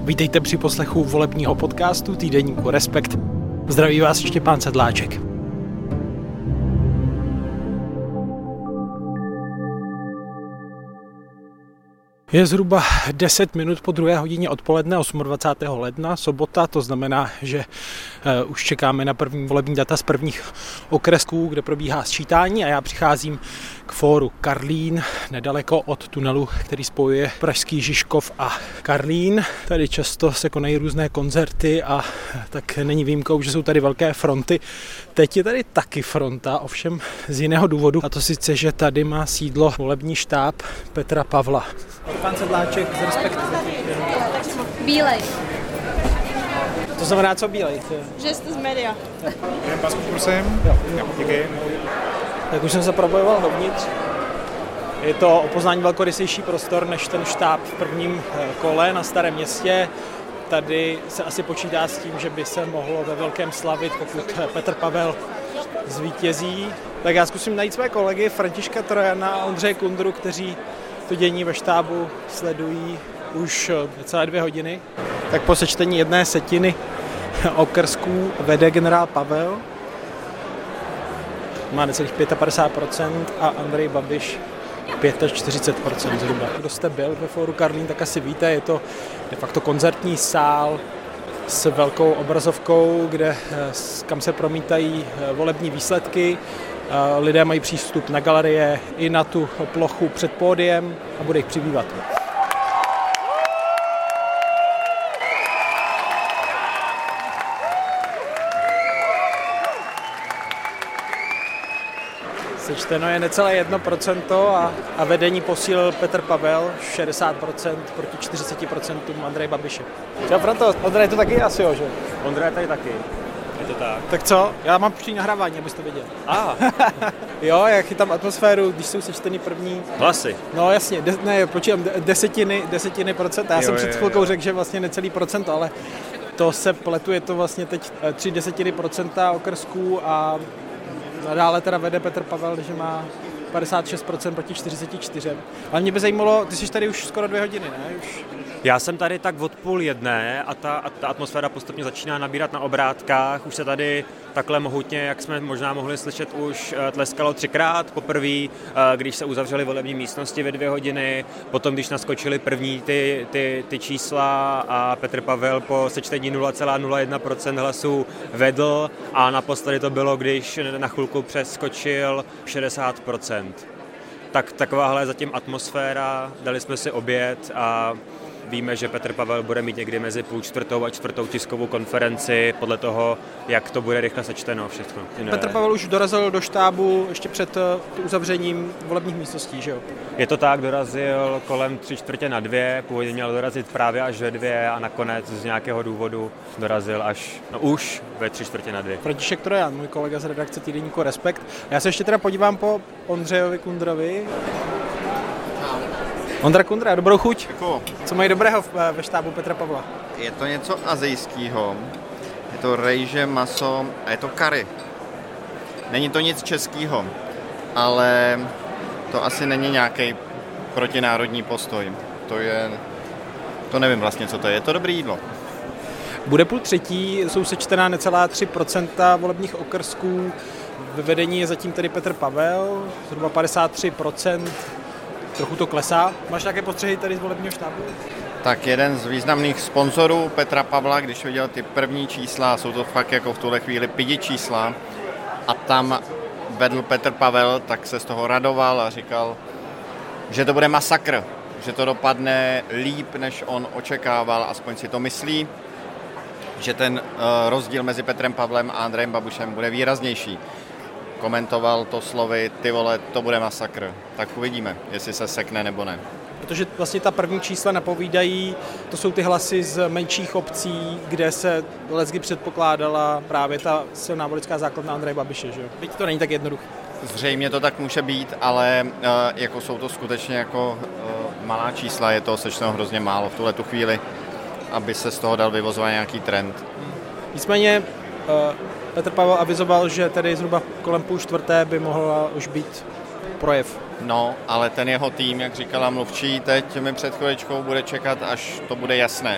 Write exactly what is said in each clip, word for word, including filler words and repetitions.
Vítejte při poslechu volebního podcastu týdeníku Respekt. Zdraví vás Štěpán Sedláček. Je zhruba deset minut po druhé hodině odpoledne dvacátého osmého ledna, sobota, to znamená, že uh, už čekáme na první volební data z prvních okresků, kde probíhá sčítání a já přicházím k fóru Karlín, nedaleko od tunelu, který spojuje pražský Žižkov a Karlín. Tady často se konají různé koncerty a tak není výjimkou, že jsou tady velké fronty. Teď je tady taky fronta, ovšem z jiného důvodu, a to sice, že tady má sídlo volební štáb Petra Pavla. Pan Sedláček z Respektu. Bílej. To znamená co bílej? Že jste z média. Jdem pas kursem? Jo. Jo, díky. Tak už jsem se probojoval dovnitř. Je to o poznání velkorysejší prostor než ten štáb v prvním kole na Starém Městě. Tady se asi počítá s tím, že by se mohlo ve velkém slavit, pokud Petr Pavel zvítězí. Tak já zkusím najít své kolegy Františka Trojana a Ondřeje Kundru, kteří to dění ve štábu sledují už necelé dvě hodiny. Tak po sečtení jedné setiny okrsků vede generál Pavel. Má necelých padesát pět procent a Andrej Babiš čtyřicet pět procent zhruba. Kdo jste byl ve fóru Karlín, tak asi víte, je to de facto koncertní sál s velkou obrazovkou, kde, kam se promítají volební výsledky. Lidé mají přístup na galerie i na tu plochu před pódiem a bude jich přibývat. Sečteno je necelé jedno procento a, a vedení posílil Petr Pavel, šedesát procent proti čtyřicet procent Andreje Babiše. Čau Franto, Ondra je to taky asi, jo, že? Ondra je tady taky. Je to tak. Tak co? Já mám příští nahrávání, abyste viděli. A. Jo, já chytám atmosféru, když jsou sečteny první... Hlasy. No jasně, de, ne, počítám, desetiny, desetiny procenta. Já jo, jsem před chvilkou řekl, že vlastně necelý procent, ale to se pletuje to vlastně teď tři desetiny procenta okrsků a nadále teda vede Petr Pavel, že má padesát šest procent proti čtyřicet čtyři procent. Ale mě by zajímalo, ty jsi tady už skoro dvě hodiny, ne? Už... Já jsem tady tak od půl jedné a ta, a ta atmosféra postupně začíná nabírat na obrátkách. Už se tady takhle mohutně, jak jsme možná mohli slyšet, už tleskalo třikrát. Poprvé, když se uzavřely volební místnosti ve dvě hodiny, potom když naskočili první ty, ty, ty čísla a Petr Pavel po sečtení nula celá nula jedna procent hlasů vedl a naposledy to bylo, když na chvilku přeskočil šedesát procent. Tak takováhle zatím atmosféra, dali jsme si oběd a víme, že Petr Pavel bude mít někdy mezi půl čtvrtou a čtvrtou tiskovou konferenci podle toho, jak to bude rychle sečteno všechno. Petr Pavel už dorazil do štábu ještě před uzavřením volebních místností, že jo? Je to tak, dorazil kolem tři čtvrtě na dvě, původně měl dorazit právě až ve dvě a nakonec z nějakého důvodu dorazil až, no už ve tři čtvrtě na dvě. František Trojan, můj kolega z redakce týdeníku Respekt. Já se ještě teda podívám po Ondřejovi Kundrovi. Ondra Kundra, dobrou chuť. Děkuju. Co mají dobrého ve štábu Petra Pavla? Je to něco azijského. Je to rejže, maso a je to curry. Není to nic českého, ale to asi není nějaký protinárodní postoj. To je, to nevím vlastně, co to je. Je to dobré jídlo. Bude půl třetí, jsou sečtená necelá tři procenta volebních okrsků. Ve vedení je zatím tedy Petr Pavel, zhruba padesát tři procent. Trochu to klesá. Máš nějaké postřehy tady z volebního štábu? Tak jeden z významných sponzorů Petra Pavla, když viděl ty první čísla, jsou to fakt jako v tuhle chvíli pidi čísla, a tam vedl Petr Pavel, tak se z toho radoval a říkal, že to bude masakr, že to dopadne líp, než on očekával, aspoň si to myslí, že ten uh, rozdíl mezi Petrem Pavlem a Andrejem Babišem bude výraznější. Komentoval to slovy, ty vole, to bude masakr. Tak uvidíme, jestli se sekne nebo ne. Protože vlastně ta první čísla napovídají, to jsou ty hlasy z menších obcí, kde se leckdy předpokládala právě ta silná voličská základna Andreje Babiše, že jo? Teď to není tak jednoduché. Zřejmě to tak může být, ale uh, jako jsou to skutečně jako uh, malá čísla, je to sečteno hrozně málo v tuhle tu chvíli, aby se z toho dal vyvozovat nějaký trend. Nicméně uh, Petr Pavel avizoval, že tedy zhruba kolem půl čtvrté by mohla už být projev. No, ale ten jeho tým, jak říkala mluvčí, teď mi před chviličkou bude čekat, až to bude jasné.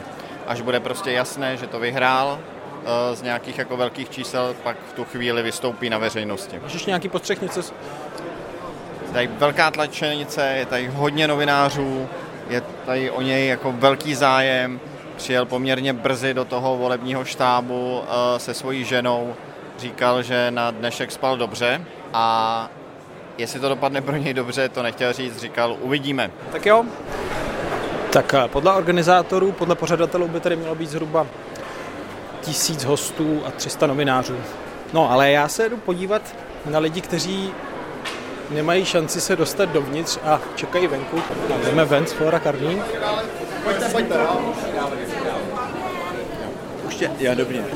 až bude prostě jasné, že to vyhrál z nějakých jako velkých čísel, pak v tu chvíli vystoupí na veřejnosti. Máš nějaký postřeh, něco? Tady velká tlačenice, je tady hodně novinářů, je tady o něj jako velký zájem, přijel poměrně brzy do toho volebního štábu se svojí ženou, říkal, že na dnešek spal dobře a jestli to dopadne pro něj dobře, to nechtěl říct, říkal, uvidíme. Tak jo. Tak podle organizátorů, podle pořadatelů by tady mělo být zhruba tisíc hostů a tři sta novinářů. No, ale já se jdu podívat na lidi, kteří nemají šanci se dostat dovnitř a čekají venku. A jdeme ven z Fóra Karlín. Pojďte, pojďte. Už tě, já dobrý.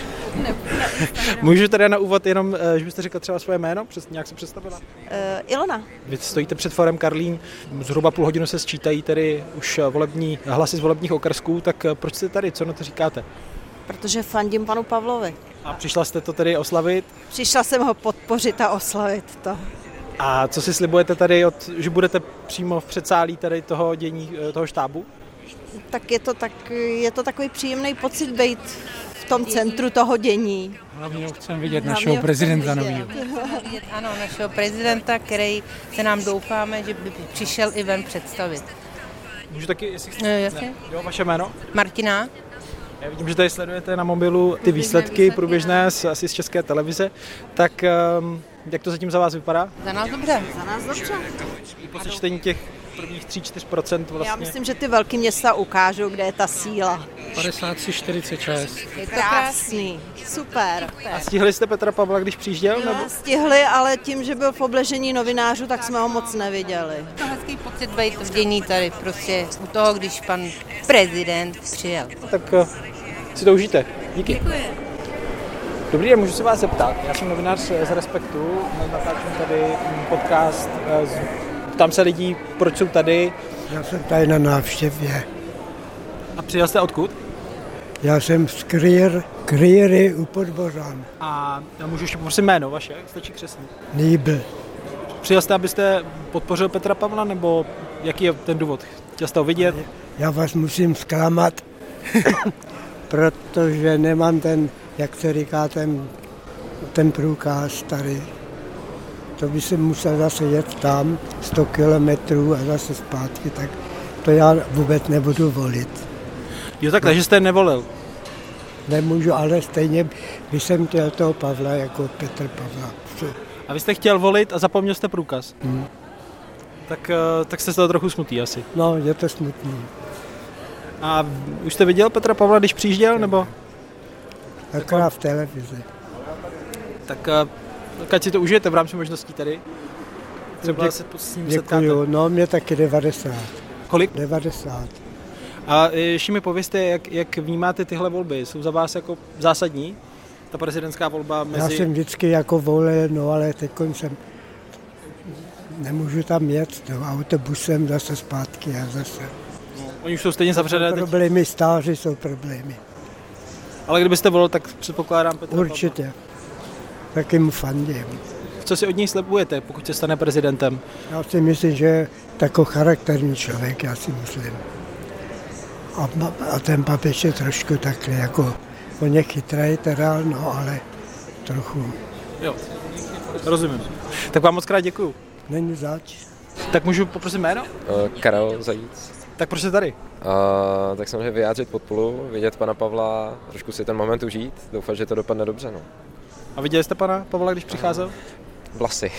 Můžu teda na úvod jenom, že byste řekla třeba svoje jméno, nějak se představila? Uh, Ilona. Vy stojíte před Fórem Karlín, zhruba půl hodinu se sčítají tedy už volební hlasy z volebních okrsků, tak proč jste tady, co na to říkáte? Protože fandím panu Pavlovi. A přišla jste to tedy oslavit? Přišla jsem ho podpořit a oslavit to. A co si slibujete tady, od, že budete přímo v předsálí tady toho dění, toho štábu? Tak je to, tak, je to takový příjemný pocit být v tom centru toho dění. Hlavně chceme vidět našeho prezidenta nového. Ano, našeho prezidenta, který se nám doufáme, že by přišel i ven představit. Můžu taky, jestli chcete? No, jasně. Jo, vaše jméno? Martina. Já vidím, že tady sledujete na mobilu ty výsledky průběžné asi z České televize. Tak jak to zatím za vás vypadá? Za nás dobře. Za nás dobře. Po sečtení těch prvních tři až čtyři procenta vlastně. Já myslím, že ty velké města ukážou, kde je ta síla. padesát tři čtyřicet šest. Je to krásný, super. A stihli jste Petra Pavla, když přijížděl? Jo, nebo? stihli, ale tím, že byl v obležení novinářů, tak jsme ho moc neviděli. To hezký pocit být v dění tady, prostě u toho, když pan prezident přijel. Tak si to užijte. Díky. Děkuji. Dobrý den, můžu se vás zeptat. Já jsem novinář z Respektu, natáčím tady podcast, ptám se lidí, proč jsou tady. Já jsem tady na návštěvě. A přijel jste odkud? Já jsem z Kryr, Kryry u Podbořan. A já můžu ještě poprosit jméno vaše, stačí křesní. Nýbl. Přijel jste, abyste podpořil Petra Pavla, nebo jaký je ten důvod? Chtěl jste ho vidět? Já vás musím zklamat, protože nemám ten, jak se říká, ten, ten průkaz tady. To by se musel zase jet tam, sto kilometrů a zase zpátky, tak to já vůbec nebudu volit. Jo, tak, takže jste nevolil. Nemůžu, ale stejně bych jsem chtěl toho Pavla jako Petr Pavla. A vy jste chtěl volit a zapomněl jste průkaz. Hmm. Tak, tak jste z toho trochu smutný asi. No, je to smutný. A už jste viděl Petra Pavla, když přijížděl, nebo? Akorát v televizi. Tak, tak ať si to užijete v rámci možností tady. Třeba Děk, se s ním setkáte. Děkuju, no mě taky devadesát. Kolik? devadesát. A ještě mi povězte, jak, jak vnímáte tyhle volby? Jsou za vás jako zásadní? Ta prezidentská volba mezi... Já jsem vždycky jako volil, no ale teď jsem nemůžu tam jet, no, autobusem zase zpátky a zase. No, oni už jsou stejně zavřené. Problémy stáří jsou problémy. Ale kdybyste volil, tak předpokládám Petra Určitě. Pavla. Taky mu fandím. Co si od něj slibujete, pokud se stane prezidentem? Já si myslím, že je takový charakterní člověk, já si myslím. A, a ten Babiš je trošku takhle jako, on je chytrý teda, no ale trochu. Jo, rozumím. Tak vám moc krát děkuju. Není zač. Tak můžu poprosit jméno? Uh, Karel Zajíc. Tak proč jste tady? Uh, tak samozřejmě vyjádřit podpolu, vidět pana Pavla, trošku si ten moment užít, doufat, že to dopadne dobře. No. A viděli jste pana Pavla, když přicházel? Vlasy.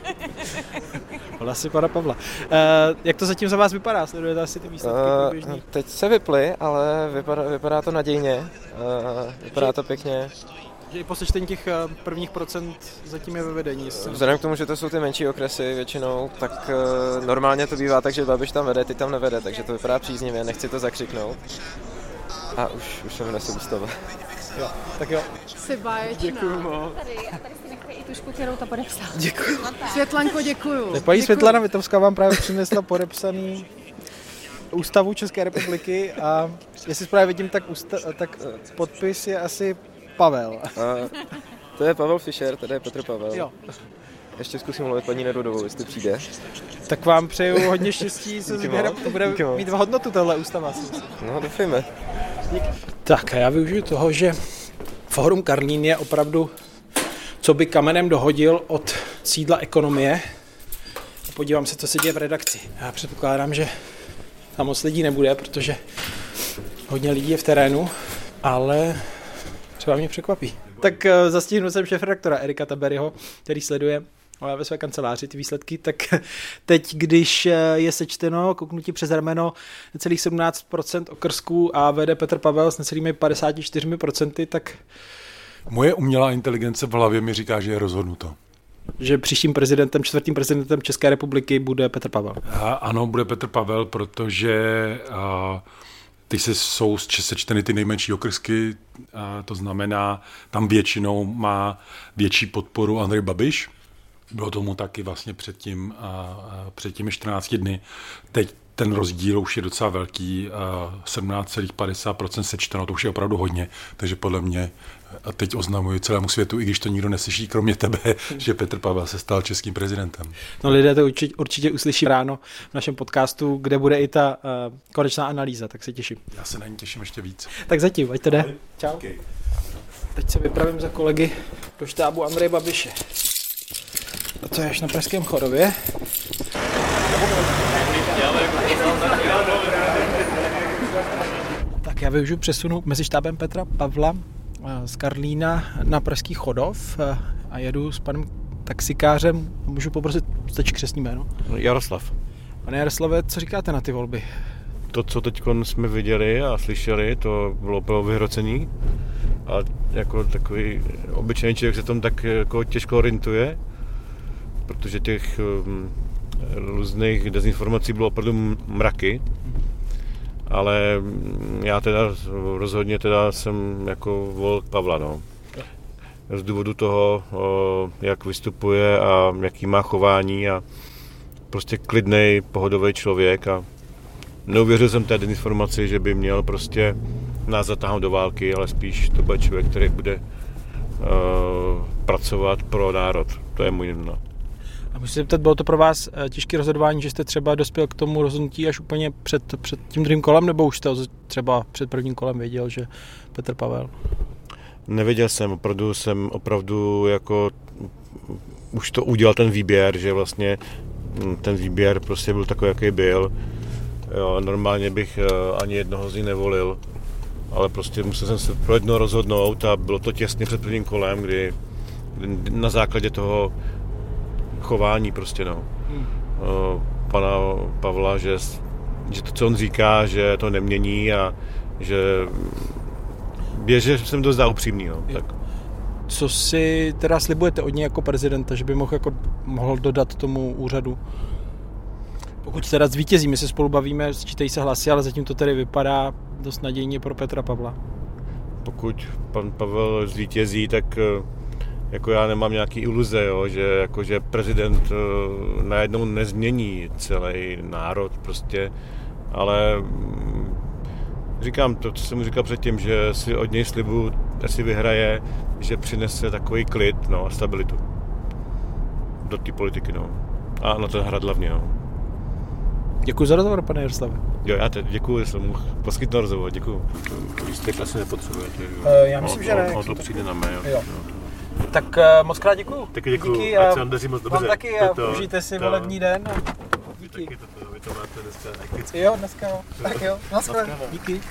Vlasy pana Pavla. Uh, jak to zatím za vás vypadá? Sledujete asi ty výsledky uh, průběžný? Teď se vyply, ale vypadá, vypadá to nadějně, uh, vypadá to pěkně. Že i po sečtení těch prvních procent zatím je ve vedení. Vzhledem k tomu, že to jsou ty menší okresy většinou, tak uh, normálně to bývá tak, že Babiš tam vede, ty tam nevede, takže to vypadá příznivě, nechci to zakřiknout. A už, už jsem nesu z toho. Jo, tak jo. Jsi báječná. Děkuju moc. Tady, a tady si nechají i tušku, kterou ta podepsala. Děkuju. Světlanko, děkuju. Tak paní Světlana Vitovská vám právě přinesla podepsaný ústavu České republiky a jestli správně vidím, tak, ústa- tak podpis je asi Pavel. A to je Pavel Fischer, tady je Petr Pavel. Jo. Ještě zkusím mluvit paní Nerudovou, jestli přijde. Tak vám přeju hodně štěstí se sběrem, to bude mít hodnotu tohle ústava. No, doufejme. Tak a já využiju toho, že Fórum Karlín je opravdu, co by kamenem dohodil od sídla ekonomie. Podívám se, co se děje v redakci. Já předpokládám, že tam moc lidí nebude, protože hodně lidí je v terénu, ale třeba mě překvapí. Tak zastihnu jsem šéfredaktora Erika Taberyho, který sleduje ve své kanceláři ty výsledky, tak teď, když je sečteno kouknutí přes rameno necelých sedmnáct procent okrsků a vede Petr Pavel s necelými padesát čtyři procent, tak... Moje umělá inteligence v hlavě mi říká, že je rozhodnuto. Že příštím prezidentem, čtvrtým prezidentem České republiky bude Petr Pavel. A ano, bude Petr Pavel, protože a, ty se jsou sečteny ty nejmenší okrsky, a to znamená, tam většinou má větší podporu Andrej Babiš. Bylo tomu taky vlastně před tím, a, a před těmi čtrnácti dny. Teď ten rozdíl už je docela velký, sedmnáct celá padesát procent sečteno, to už je opravdu hodně, takže podle mě, a teď oznamuji celému světu, i když to nikdo neslyší, kromě tebe, že Petr Pavel se stal českým prezidentem. No lidé to určitě, určitě uslyší ráno v našem podcastu, kde bude i ta uh, konečná analýza, tak se těším. Já se na ní těším ještě víc. Tak zatím, ať to jde. Čau. Okay. Teď se vypravím za kolegy do štábu Andreje Babiše. A to je až na Pražském Chodově. Tak já využiju přesunu mezi štábem Petra Pavla z Karlína na Pražský Chodov a jedu s panem taxikářem. Můžu poprosit, stačí křestní jméno? Jaroslav. Pane Jaroslave, co říkáte na ty volby? To, co teď jsme viděli a slyšeli, to bylo opravdu vyhrocení. A jako takový obyčejný člověk se tam tak jako těžko orientuje, protože těch um, různých dezinformací bylo opravdu mraky. Ale já teda rozhodně teda jsem jako volil Pavla, no. Z důvodu toho, jak vystupuje a jaký má chování a prostě klidnej, pohodový člověk a neuvěřil jsem té dezinformaci, že by měl prostě nás zatáhnout do války, ale spíš to bude člověk, který bude uh, pracovat pro národ. To je můj no. A musím se ptat, bylo to pro vás těžké rozhodování, že jste třeba dospěl k tomu rozhodnutí až úplně před, před tím druhým kolem, nebo už jste třeba před prvním kolem věděl, že Petr Pavel? Nevěděl jsem, opravdu jsem opravdu jako už to udělal ten výběr, že vlastně ten výběr prostě byl takový, jaký byl. Jo, normálně bych ani jednoho z nich nevolil, ale prostě musel jsem se pro jedno rozhodnout a bylo to těsně před prvním kolem, kdy na základě toho chování prostě, no. Hmm. Pana Pavla, že, že to, co on říká, že to nemění a že běže, že jsem dost dá upřímný, no. Tak. Co si teda slibujete od něj jako prezidenta, že by mohl, jako, mohl dodat tomu úřadu? Pokud teda zvítězí, my se spolu bavíme, sčítají se hlasy, ale zatím to tedy vypadá dost nadějně pro Petra Pavla. Pokud pan Pavel zvítězí, tak jako já nemám nějaký iluze, jo, že, jako, že prezident uh, najednou nezmění celý národ prostě, ale um, říkám to, co jsem říkal předtím, že si od něj slibuju, jestli vyhraje, že přinese takový klid, no, a stabilitu do té politiky, no. A na ten hrad hlavně, no. Děkuji za rozhovor, pane Jaroslave. Jo, já teď děkuji, že jsem mohl poskytnout rozhovor, děkuji. Lístek asi nepotřebujete. Uh, já myslím, o, že ne. O, o to přijde na mail. Jo. Tak uh, moc krát děkuji. Taky děkuji, díky ať se vám daří moc dobře. Vám taky a užijte si to, volební den. A díky. Taky toto, vy to máte dneska hekticky. Jo, dneska jo. Tak jo, naschle. Díky.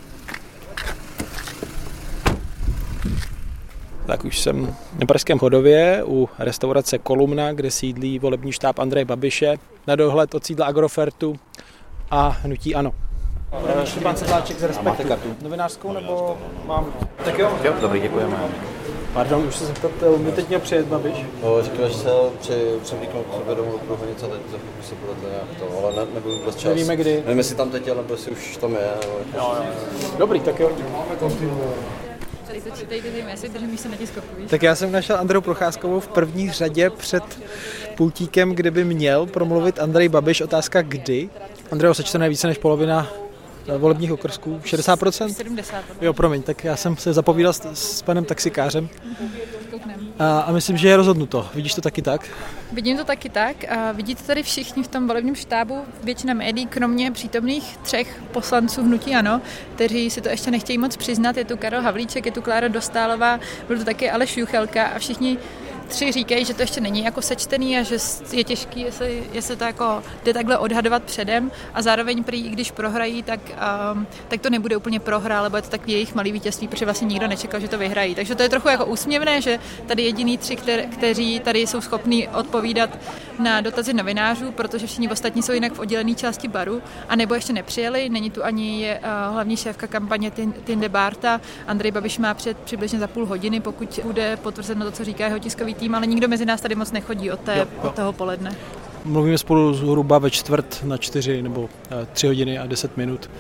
Tak už jsem na Pražském Chodově u restaurace Kolumna, kde sídlí volební štáb Andreje Babiše, na dohled od sídla Agrofertu a hnutí ANO. Ještě pan Sedláček z Respektu. Novinářskou nebo mám? Tak jo. Jo, dobrý, děkujeme. Pardon, už se zeptat, mě teď měl přijet Babiš? No, říkal, že se při, převlíknout k sobě domů do Průhonice, teď za chvíli se budete nějak to, ale ne, nebudu vůbec čas. Nevíme kdy. Nevím, jestli tam teď je, nebo jestli už tam je. Nebo jo, jo. Dobrý, tak jo. Tady to čítejte ty mesy, držím se na tiskovku, víš? Tak já jsem našel Andreu Procházkovou v první řadě před pultíkem, kde by měl promluvit Andrej Babiš. Otázka kdy? Andreo, sečtené je více než polovina volebních okrsků, šedesát procent? sedmdesát procent. Jo, promiň, tak já jsem se zapovídal s, s panem taxikářem. nafoukneme. A, a myslím, že je rozhodnuto. Vidíš to taky tak? Vidím to taky tak. A vidí to tady všichni v tom volebním štábu, většina médií, kromě přítomných třech poslanců hnutí ANO, kteří si to ještě nechtějí moc přiznat. Je tu Karel Havlíček, je tu Klára Dostálová, byl tu taky Aleš Juchelka a všichni tři říkají, že to ještě není jako sečtený a že je těžký, jestli, jestli to jako jde takhle odhadovat předem a zároveň prý, i když prohrají, tak, um, tak to nebude úplně prohra, ale bude to takový jejich malý vítězství, protože vlastně nikdo nečekal, že to vyhrají. Takže to je trochu jako úsměvné, že tady jediný tři, kter, kteří tady jsou schopní odpovídat na dotazy novinářů, protože všichni ostatní jsou jinak v oddělené části baru, a nebo ještě nepřijeli. Není tu ani je, uh, hlavní šéfka kampaně Tinde Bárta. Andrej Babiš má před přibližně za půl hodiny, pokud bude potvrzeno to, co říká jeho tiskový tým, ale nikdo mezi nás tady moc nechodí od, té, od toho poledne. Mluvíme spolu zhruba ve čtvrt na čtyři nebo tři hodiny a deset minut.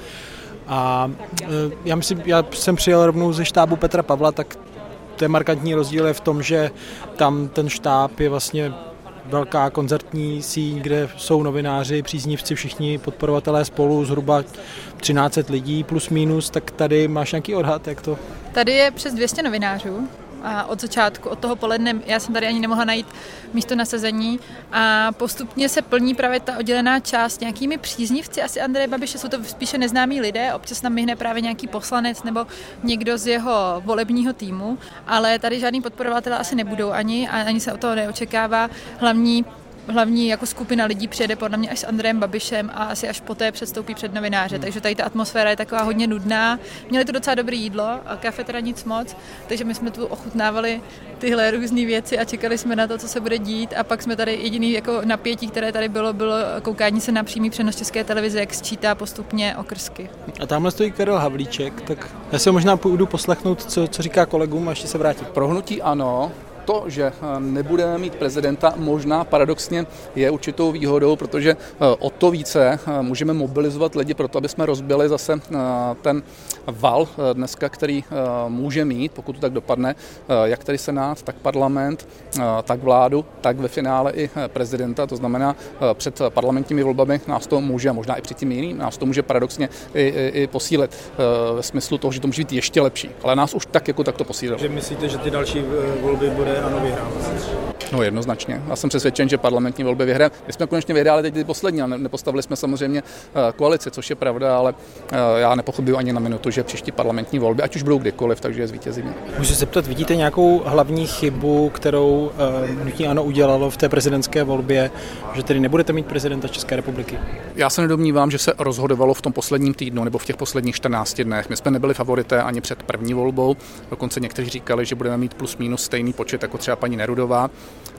A já myslím, já jsem přijel rovnou ze štábu Petra Pavla, tak ten markantní rozdíl je v tom, že tam ten štáb je vlastně velká koncertní síň, kde jsou novináři, příznivci, všichni podporovatelé spolu, zhruba třináct set lidí plus minus, tak tady máš nějaký odhad, jak to? Tady je přes dvě stě novinářů. A od začátku, od toho poledne, já jsem tady ani nemohla najít místo na sezení a postupně se plní právě ta oddělená část nějakými příznivci, asi Andreje Babiše, jsou to spíše neznámí lidé, občas tam myhne právě nějaký poslanec nebo někdo z jeho volebního týmu, ale tady žádný podporovatelé asi nebudou ani a ani se o toho neočekává. Hlavní Hlavní jako skupina lidí přijede podle mě až s Andrejem Babišem a asi až poté předstoupí před novináře, hmm. takže tady ta atmosféra je taková hodně nudná. Měli tu docela dobré jídlo, a kafe teda nic moc, takže my jsme tu ochutnávali tyhle různé věci a čekali jsme na to, co se bude dít, a pak jsme tady jediný jako napětí, které tady bylo, bylo koukání se na přímý přenos České televize, jak sčítá postupně okrsky. A tamhle stojí Karel Havlíček, tak já si ho možná půjdu poslechnout, co, co říká kolegům, a ještě se vrátím. Pro hnutí ANO to, že nebudeme mít prezidenta, možná paradoxně je určitou výhodou, protože o to více můžeme mobilizovat lidi pro to, aby jsme rozbili zase ten val dneska, který může mít, pokud to tak dopadne, jak tady Senát, tak parlament, tak vládu, tak ve finále i prezidenta. To znamená, před parlamentními volbami nás to může, a možná i před tím jiným, nás to může paradoxně i, i, i posílit ve smyslu toho, že to může být ještě lepší. Ale nás už tak jako tak to posílilo. Že myslíte, že ty další volby bude ANO vyhrávat? No jednoznačně. Já jsem přesvědčen, že parlamentní volby vyhraje. My jsme konečně vyhráli teď ty poslední, ale nepostavili jsme samozřejmě koalici, což je pravda, ale já nepochybuji ani na minutu, že příští parlamentní volby, ať už budou kdykoliv, takže je zvítězíme. Můžu se zeptat, vidíte nějakou hlavní chybu, kterou hnutí ANO udělalo v té prezidentské volbě, že tedy nebudete mít prezidenta České republiky? Já se nedomnívám, že se rozhodovalo v tom posledním týdnu nebo v těch posledních čtrnácti dnech. My jsme nebyli favorité ani před první volbou, dokonce někteří říkali, že budeme mít plus minus stejný počet jako třeba paní Nerudová.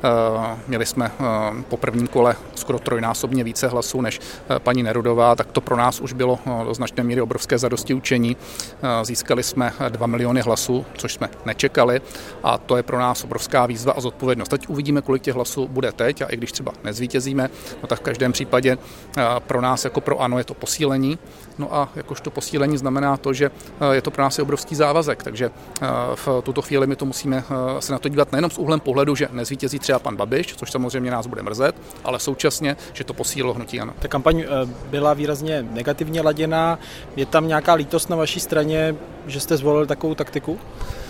Měli jsme po prvním kole skoro trojnásobně více hlasů než paní Nerudová, tak to pro nás už bylo do značné míry obrovské zadostiučení. Získali jsme dva miliony hlasů, což jsme nečekali, a to je pro nás obrovská výzva a zodpovědnost. Teď uvidíme, kolik těch hlasů bude teď, a i když třeba nezvítězíme, no tak v každém případě pro nás jako pro ANO je to posílení. No a jakožto posílení znamená to, že je to pro nás obrovský závazek, takže v tuto chvíli my to musíme se na to dívat nejenom z úhlem pohledu, že nezvítězí třeba pan Babiš, což samozřejmě nás bude mrzet, ale současně, že to posílilo hnutí ANO. Ta kampaň byla výrazně negativně laděná. Je tam nějaká lítost na vaší straně, že jste zvolili takovou taktiku?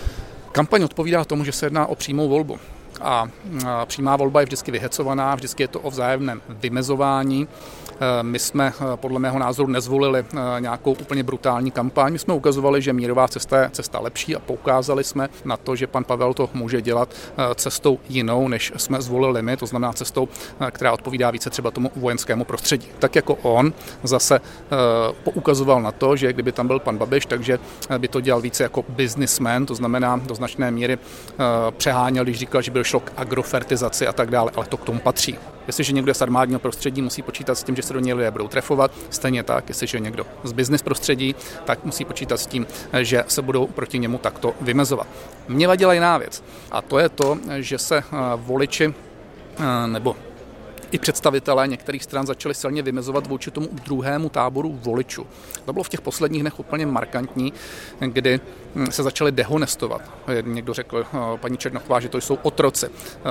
Kampaň odpovídá tomu, že se jedná o přímou volbu. A přímá volba je vždycky vyhecovaná, vždycky je to o vzájemném vymezování. My jsme podle mého názoru nezvolili nějakou úplně brutální kampaň. My jsme ukazovali, že mírová cesta je cesta lepší, a poukázali jsme na to, že pan Pavel to může dělat cestou jinou, než jsme zvolili my, to znamená cestou, která odpovídá více třeba tomu vojenskému prostředí. Tak jako on zase poukazoval na to, že kdyby tam byl pan Babiš, takže by to dělal více jako businessman, to znamená do značné míry přeháněl, když říkal, že by došlo k agrofertizaci a tak dále, ale to k tomu patří. Jestliže někdo z armádního prostředí, musí počítat s tím, že se do něj lidé budou trefovat. Stejně tak, jestliže někdo z business prostředí, tak musí počítat s tím, že se budou proti němu takto vymezovat. Mně vadila jiná věc, a to je to, že se voliči nebo i představitelé některých stran začali silně vymezovat vůči tomu druhému táboru voličů. To bylo v těch posledních dnech úplně markantní, kdy se začali dehonestovat. Někdo řekl, paní Černochová, že to jsou otroci.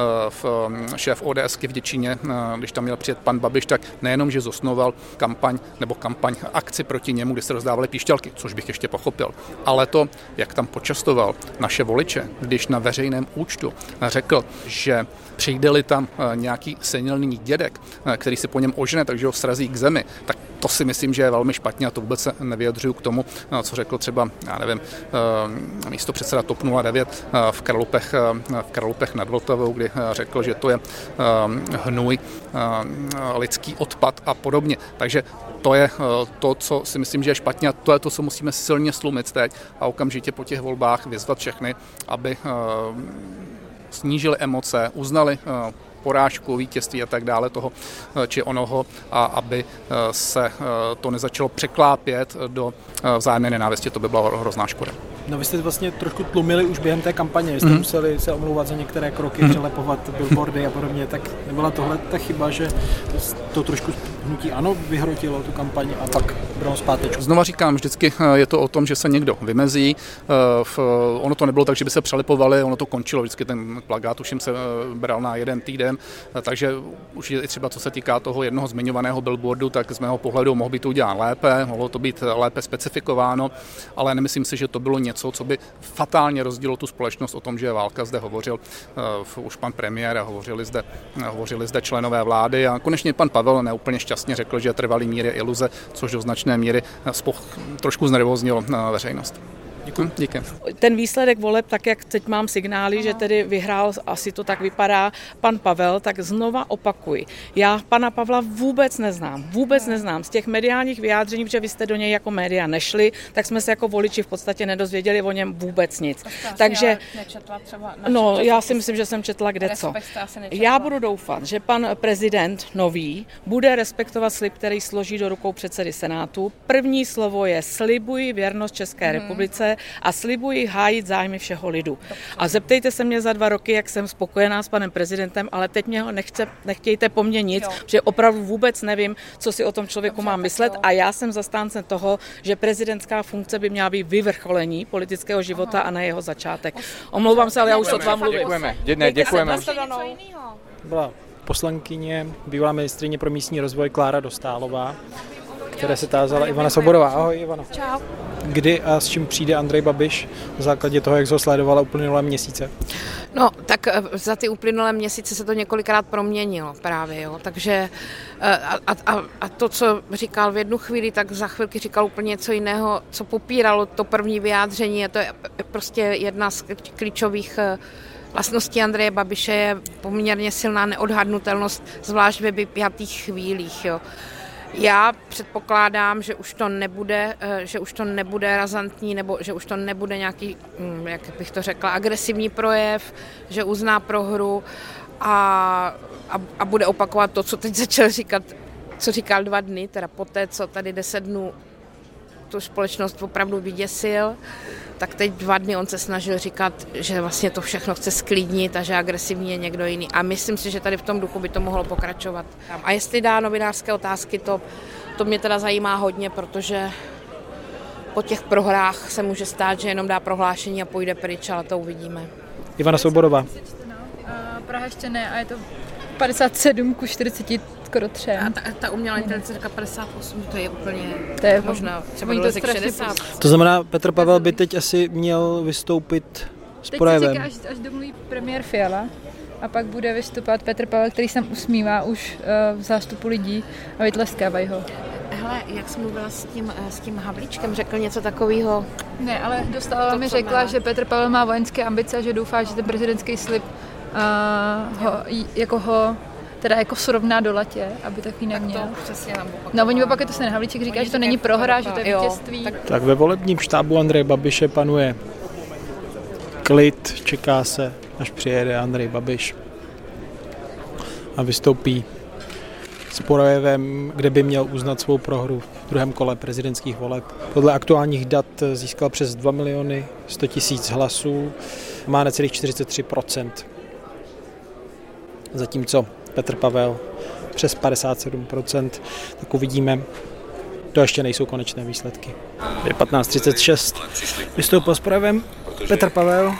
Šéf ODSky v Děčíně, když tam měl přijet pan Babiš, tak nejenom, že zosnoval kampaň nebo kampaň akci proti němu, kde se rozdávaly píšťalky, což bych ještě pochopil. Ale to, jak tam počastoval naše voliče, když na veřejném účtu řekl, že přijde-li tam nějaký senilní dědek, který si po něm ožene, takže ho srazí k zemi, tak to si myslím, že je velmi špatně a to vůbec se nevyjadřuju k tomu, co řekl třeba, já nevím, místo předseda TOP nula devět v Kralupech, v Kralupech nad Vltavou, kdy řekl, že to je hnůj, lidský odpad a podobně. Takže to je to, co si myslím, že je špatně a to je to, co musíme silně slumit teď a okamžitě po těch volbách vyzvat všechny, aby snížili emoce, uznali porážku, vítězství a tak dále toho či onoho a aby se to nezačalo překlápět do vzájemné nenávisti, to by byla hrozná škoda. No vy jste vlastně trošku tlumili už během té kampaně, jste mm. museli se omlouvat za některé kroky, mm. přelepovat billboardy a podobně, tak nebyla tohle ta chyba, že to trošku hnutí ANO vyhrotilo tu kampaň a pak bylo zpátečku? Znova říkám, vždycky je to o tom, že se někdo vymezí, ono to nebylo tak, že by se přelepovali, ono to končilo, vždycky ten plakát už jim se bral na jeden týden, takže už je třeba co se týká toho jednoho zmiňovaného billboardu, tak z mého pohledu mohlo by to udělat lépe, mohlo to být lépe specifikováno, ale nemyslím si, že to bylo něco, co by fatálně rozdělilo tu společnost. O tom, že je válka, zde hovořil uh, už pan premiér a hovořili zde, uh, hovořili zde členové vlády a konečně pan Pavel neúplně šťastně řekl, že trvalý mír je iluze, což do značné míry spoch, trošku znervoznilo uh, veřejnost. Děkuji. Díky. Ten výsledek voleb, tak jak teď mám signály, Aha. že tedy vyhrál, asi to tak vypadá, pan Pavel, tak znova opakuji. Já pana Pavla vůbec neznám, vůbec Aha. neznám. Z těch mediálních vyjádření, protože vy jste do něj jako média nešli, tak jsme se jako voliči v podstatě nedozvěděli o něm vůbec nic. Takže, třeba no, já si myslím, že jsem četla kde co. Já budu doufat, že pan prezident nový bude respektovat slib, který složí do rukou předsedy Senátu. První slovo je slibuji věrnost České hmm. republice a slibuji hájit zájmy všeho lidu. A zeptejte se mě za dva roky, jak jsem spokojená s panem prezidentem, ale teď mě ho nechce, nechtějte po mně nic, jo. že opravdu vůbec nevím, co si o tom člověku Dobře, mám myslet a já jsem zastáncem toho, že prezidentská funkce by měla být vyvrcholení politického života Aha. a ne jeho začátek. Omlouvám se, ale já už o vám mluvím. Děkujeme. Děkujeme. Děkujeme. Byla poslankyně, bývalá ministryně pro místní rozvoj Klára Dostálová, které se tázala Ivana Svoborová. Ahoj, Ivano. Čau. Kdy a s čím přijde Andrej Babiš v základě toho, jak ho sledovala uplynulé měsíce? No, tak za ty uplynulé měsíce se to několikrát proměnilo právě, jo. Takže a, a, a to, co říkal v jednu chvíli, tak za chvilky říkal úplně něco jiného, co popíralo to první vyjádření. A to je prostě jedna z klíčových vlastností Andreje Babiše, je poměrně silná neodhadnutelnost, zvlášť ve vypjatých chvílích, jo. Já předpokládám, že už to nebude, že už to nebude razantní, nebo že už to nebude nějaký, jak bych to řekla, agresivní projev, že uzná prohru a, a, a bude opakovat to, co teď začal říkat, co říkal dva dny, teda poté, co tady deset dnů tu společnost opravdu vyděsil, tak teď dva dny on se snažil říkat, že vlastně to všechno chce sklidnit a že agresivní je někdo jiný. A myslím si, že tady v tom duchu by to mohlo pokračovat. A jestli dá novinářské otázky, to, to mě teda zajímá hodně, protože po těch prohrách se může stát, že jenom dá prohlášení a půjde pryč, ale to uvidíme. Ivana Svoborová. Praha ještě ne a je to padesát sedm ku čtyřiceti skoro třem. A ta, ta umělá inteligence říká padesát osm, to je úplně, to je možná třeba doleze k šedesát. To znamená, Petr Pavel by teď asi měl vystoupit s projevem. Teď se říká, až, až domluví premiér Fiala a pak bude vystupovat Petr Pavel, který se usmívá už uh, v zástupu lidí a vytleskávají ho. Hele, jak jsi mluvila s tím, s tím Havlíčkem, řekl něco takového? Ne, ale Dostálová mi řekla, že Petr Pavel má vojenské ambice a že doufá, že ten prezidentský slib uh, ho, jako ho teda jako srovná do latě, aby takový neměl. Tak to přesně nám opakovat. No oni opakuje to se Havlíček říká, že to není prohra, že to je vítězství. Tak, tak ve volebním štábu Andreje Babiše panuje klid, čeká se, až přijede Andrej Babiš a vystoupí s projevem, kde by měl uznat svou prohru v druhém kole prezidentských voleb. Podle aktuálních dat získal přes dva miliony sto tisíc hlasů, má necelých čtyřicet tři procent. Zatímco Petr Pavel přes padesát sedm procent, tak uvidíme. To ještě nejsou konečné výsledky. Je patnáct třicet šest. Vystoupil s projevem Petr Pavel.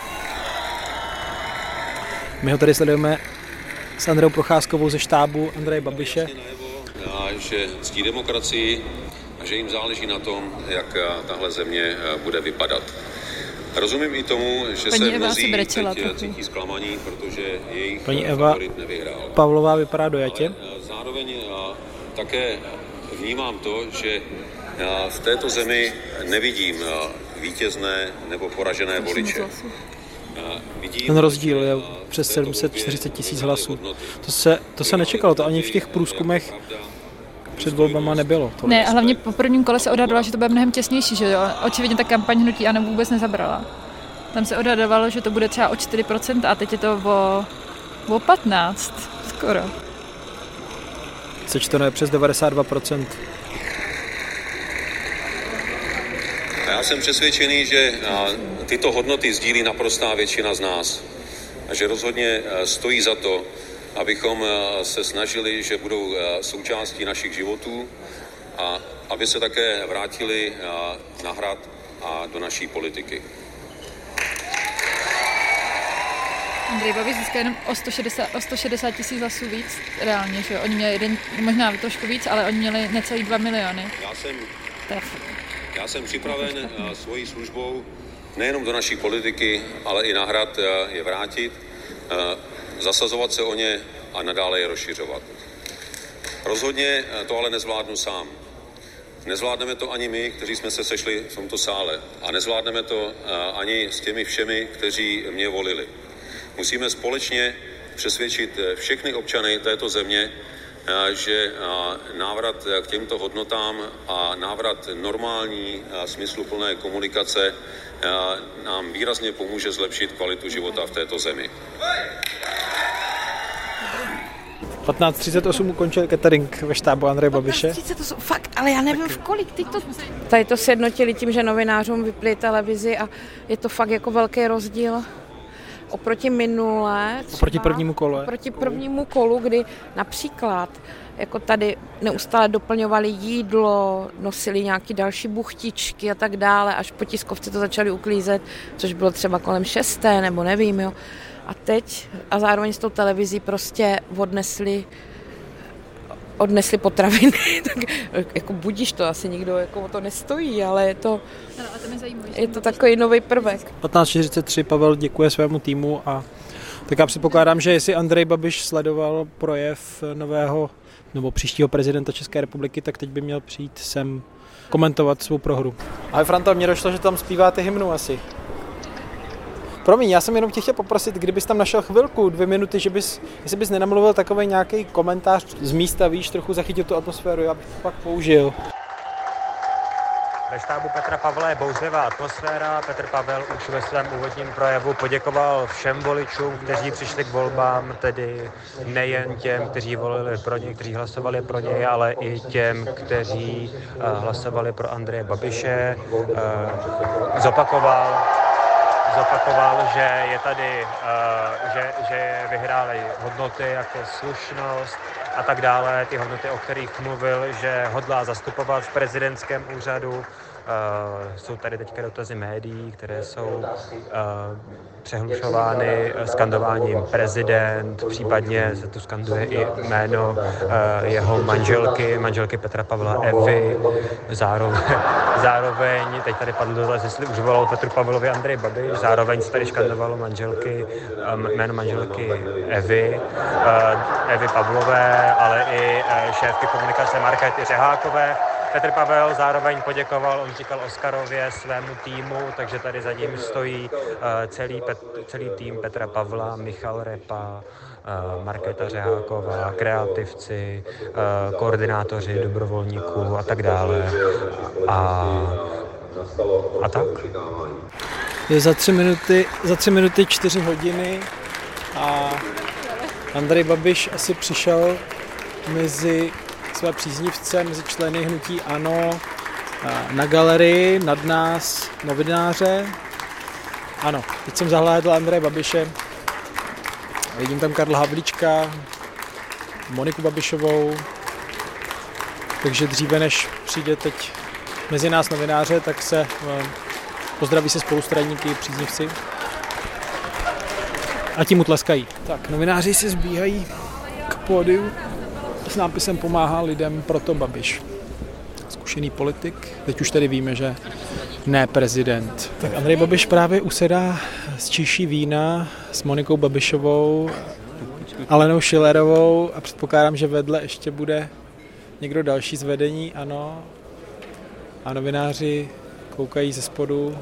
My ho tady sledujeme s Andreou Procházkovou ze štábu Andreje Babiše. A že ctí demokracii a že jim záleží na tom, jak tahle země bude vypadat. Rozumím i tomu, že Paní se Eva mnozí teď cítí zklamaní, protože jejich Paní Eva favorit nevyhrál. Pavlová vypadá dojatě. Ale zároveň také vnímám to, že v této zemi nevidím vítězné nebo poražené voliče. Vidím, Ten rozdíl je přes sedm set čtyřicet tisíc hlasů. To se, to se nečekalo, to ani v těch průzkumech před volbama nebylo. Tohle. Ne, a hlavně po prvním kole se odhadovalo, že to bude mnohem těsnější, že jo. Očividně ta kampaň hnutí ANO vůbec nezabrala. Tam se odhadovalo, že to bude třeba o čtyři procenta a teď je to o, o patnáct skoro. Sečteno je přes devadesát dva procent. Já jsem přesvědčený, že tyto hodnoty sdílí naprostá většina z nás. A že rozhodně stojí za to, abychom se snažili, že budou součástí našich životů a aby se také vrátili na hrad a do naší politiky. Andrej Babiš získal jenom o sto šedesát tisíc hlasů víc reálně, že jo. Oni měli jeden, možná trošku víc, ale oni měli necelý dva miliony. Já jsem, já jsem připraven svojí službou nejenom do naší politiky, ale i na hrad je vrátit, zasazovat se o ně a nadále je rozšiřovat. Rozhodně to ale nezvládnu sám. Nezvládneme to ani my, kteří jsme se sešli v tomto sále. A nezvládneme to ani s těmi všemi, kteří mě volili. Musíme společně přesvědčit všechny občany této země, že návrat k těmto hodnotám a návrat normální smysluplné komunikace nám výrazně pomůže zlepšit kvalitu života v této zemi. patnáct třicet osm ukončil catering ve štábu Andreje Babiše. patnáct třicet osm, fakt, ale já nevím v kolik. Teď to... Tady to sjednotili tím, že novinářům vypli televizi a je to fakt jako velký rozdíl oproti minule. Oproti prvnímu kolu. Oproti prvnímu kolu, kdy například jako tady neustále doplňovali jídlo, nosili nějaké další buchtičky a tak dále, až po tiskovce to začali uklízet, což bylo třeba kolem šesté, nebo nevím, jo. A teď, a zároveň s tou televizí prostě odnesli odnesli potraviny, tak jako budíš to, asi nikdo jako o to nestojí, ale je to, je to takový nový prvek. patnáct čtyřicet tři Pavel děkuje svému týmu a tak já předpokládám, že jestli Andrej Babiš sledoval projev nového nebo příštího prezidenta České republiky, tak teď by měl přijít sem komentovat svou prohru. Ale Franta, mně došlo, že tam zpíváte hymnu asi. Promiň, já jsem jenom tě chtěl poprosit, kdybys tam našel chvilku, dvě minuty, že bys, jestli bys nenamluvil takový nějaký komentář z místa, víš, trochu zachytil tu atmosféru, já bych to pak použil. Ve štábu Petra Pavla je bouřlivá atmosféra. Petr Pavel už ve svém úvodním projevu poděkoval všem voličům, kteří přišli k volbám, tedy nejen těm, kteří volili pro něj, kteří hlasovali pro něj, ale i těm, kteří hlasovali pro Andreje Babiše. Zopakoval, zopakoval, že je tady, že, že vyhrály hodnoty jako slušnost a tak dále, ty hodnoty, o kterých mluvil, že hodlá zastupovat v prezidentském úřadu. Uh, jsou tady teďka dotazy médií, které jsou uh, přehlušovány skandováním prezident, případně se tu skanduje i jméno uh, jeho manželky, manželky Petra Pavla Evy. Zároveň, zároveň teď tady padl dotaz, jestli už volal Petru Pavlovi Andrej Babiš, zároveň se tady skandovalo manželky, um, jméno manželky Evy, uh, Evy Pavlové, ale i uh, šéfky komunikace Markéty Řehákové. Petr Pavel zároveň poděkoval, on říkal Oskarově, svému týmu, takže tady za ním stojí uh, celý, Pet, celý tým Petra Pavla, Michal Repa, uh, Markéta Řeháková, kreativci, uh, koordinátoři dobrovolníků a tak dále. A, a tak. Je za tři minuty, za tři minuty čtyři hodiny a Andrej Babiš asi přišel mezi své příznivce, mezi členy hnutí ANO na galerii, nad nás novináře. Ano, teď jsem zahlédl Andreje Babiše, vidím tam Karla Havlíčka, Moniku Babišovou. Takže dříve, než přijde teď mezi nás novináře, tak se pozdraví se spolustraníky, příznivci. A tím mu tleskají. Tak, novináři se zbíhají k pódiu s nápisem Pomáhá lidem, proto Babiš. Zkušený politik. Teď už tady víme, že ne prezident. Tak Andrej Babiš právě usedá z číší vína s Monikou Babišovou, Alenou Schillerovou a předpokládám, že vedle ještě bude někdo další z vedení, ano. A novináři koukají ze spodu,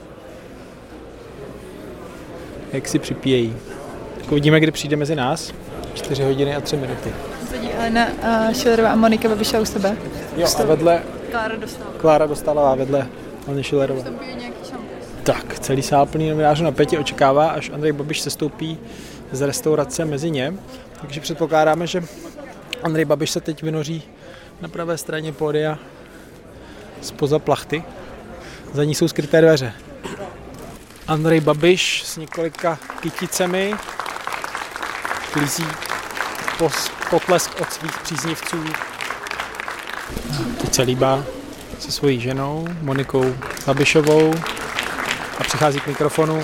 jak si připíjejí. Tak uvidíme, kdy přijde mezi nás. čtyři hodiny a tři minuty. Sedí Alena Schillerová a Monika Babišová u sebe. Jo, a vedle Klára Dostálová. Klára Dostálová vedle Aleny Schillerové. Tak, celý sál plný novinářů na pěti očekává, až Andrej Babiš sestoupí z restaurace mezi ně. Takže předpokládáme, že Andrej Babiš se teď vynoří na pravé straně pódia zpoza plachty. Za ní jsou skryté dveře. Andrej Babiš s několika kyticemi klízí potlesk od svých příznivců. Teď se líbá se svojí ženou, Monikou Babišovou, a přichází k mikrofonu.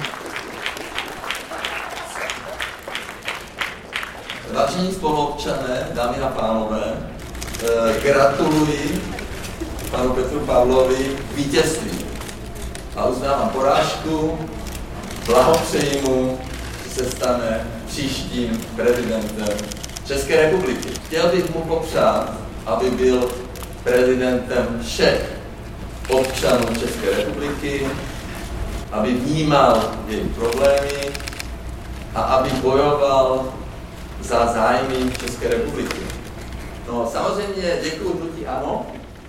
Vážení spoluobčané, dámy a pánové, gratuluji panu Petru Pavlovi k vítězství a uznávám porážku, blahopřeji mu, že se stane příštím prezidentem České republiky. Chtěl bych mu popřát, aby byl prezidentem všech občanů České republiky, aby vnímal jejich problémy a aby bojoval za zájmy České republiky. No samozřejmě děkuji hnutí ANO,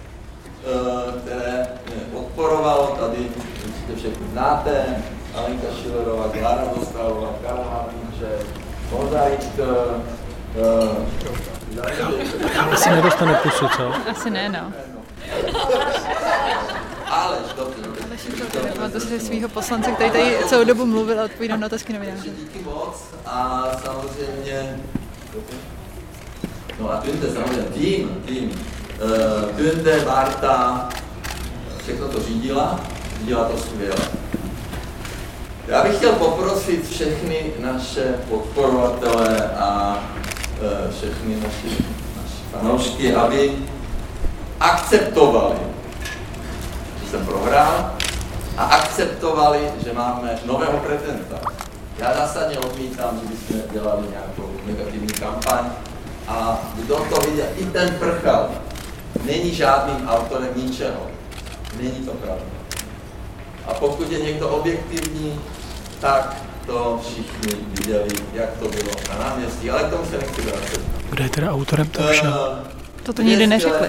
které mě podporovalo, tady určitě všechny znáte, Alenka Schillerová, Klára Dostálová, Karel Havlíček, Mozaik, Asi nedostane pusu, co? Asi ne, no. Aleš, dobře. Máte si svýho poslance, který tady celou dobu mluvil a odpovídal na otázky novináře. Díky moc a samozřejmě, no a Tünde samozřejmě, tým, tým. Uh, Tünde, Marta, všechno to řídila, řídila to skvěle. Já bych chtěl poprosit všechny naše podporovatele a uh, všechny naši, naši fanoušky, aby akceptovali, že jsem prohrál, a akceptovali, že máme nového prezidenta. Já zásadně odmítám, že bychom dělali nějakou negativní kampaň, a kdo to viděl, i ten Prchal není žádným autorem ničeho. Není to pravda. A pokud je někdo objektivní, tak to všichni viděli, jak to bylo na náměstí, ale k tomu se nechci vracet. Kdo je teda autorem toho všeho? Uh, to to nikdy neřekli.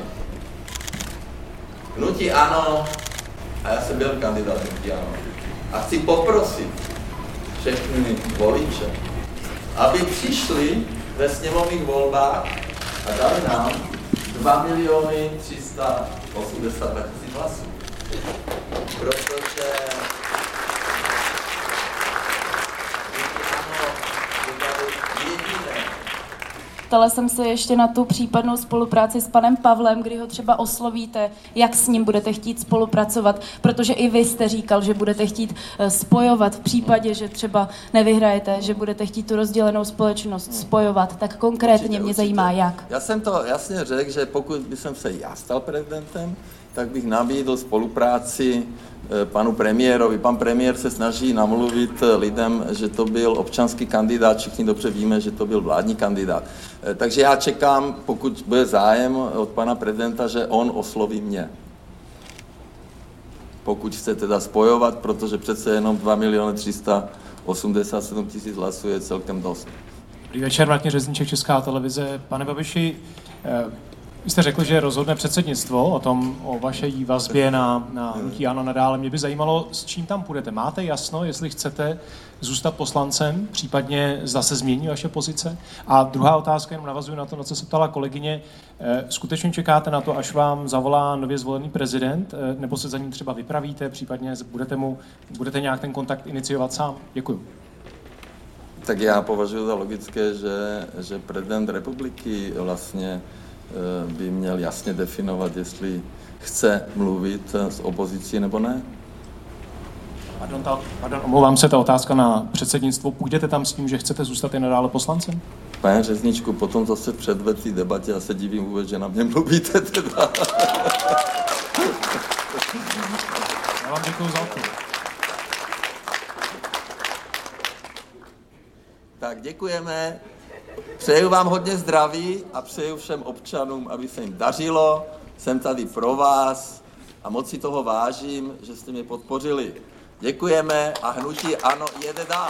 Hnutí ANO, a já jsem byl kandidát hnutí ANO, a chci poprosit všechny voliče, aby přišli ve sněmovních volbách a dali nám dva miliony tři sta osmdesát dva tisíc hlasů. Protože Ptala jsem se ještě na tu případnou spolupráci s panem Pavlem, kdy ho třeba oslovíte, jak s ním budete chtít spolupracovat, protože i vy jste říkal, že budete chtít spojovat v případě, že třeba nevyhrajete, že budete chtít tu rozdělenou společnost spojovat, tak konkrétně určitě, mě určitě. zajímá jak. Já jsem to jasně řekl, že pokud by jsem se já stal prezidentem, tak bych nabídl spolupráci panu premiérovi. Pan premiér se snaží namluvit lidem, že to byl občanský kandidát, všichni dobře víme, že to byl vládní kandidát. Takže já čekám, pokud bude zájem od pana prezidenta, že on osloví mě. Pokud chce teda spojovat, protože přece jenom dva miliony tři sta osmdesát sedm tisíc hlasů je celkem dost. Dobrý večer, Martin Řezníček, Česká televize. Pane Babiši, vy jste řekl, že rozhodne předsednictvo o tom, o vaší vazbě na, na hnutí ANO nadále. Mě by zajímalo, s čím tam půjdete. Máte jasno, jestli chcete zůstat poslancem, případně zda se změní vaše pozice? A druhá otázka, jenom navazuji na to, na co se ptala kolegyně. Skutečně čekáte na to, až vám zavolá nově zvolený prezident, nebo se za ním třeba vypravíte, případně budete, mu, budete nějak ten kontakt iniciovat sám? Děkuji. Tak já považuji za logické, že, že prezident republiky vlastně by měl jasně definovat, jestli chce mluvit s opozicí nebo ne. Pardon, ta, pardon, omlouvám se, ta otázka na předsednictvo. Půjdete tam s tím, že chcete zůstat i nadále poslancem? Pane Řezničku, potom zase v předvedcí debatě já se divím vůbec, že na mě mluvíte teda. Já vám děkuju za odpověď. Tak děkujeme. Přeju vám hodně zdraví a přeju všem občanům, aby se jim dařilo. Jsem tady pro vás a moc si toho vážím, že jste mě podpořili. Děkujeme a hnutí ANO jede dál.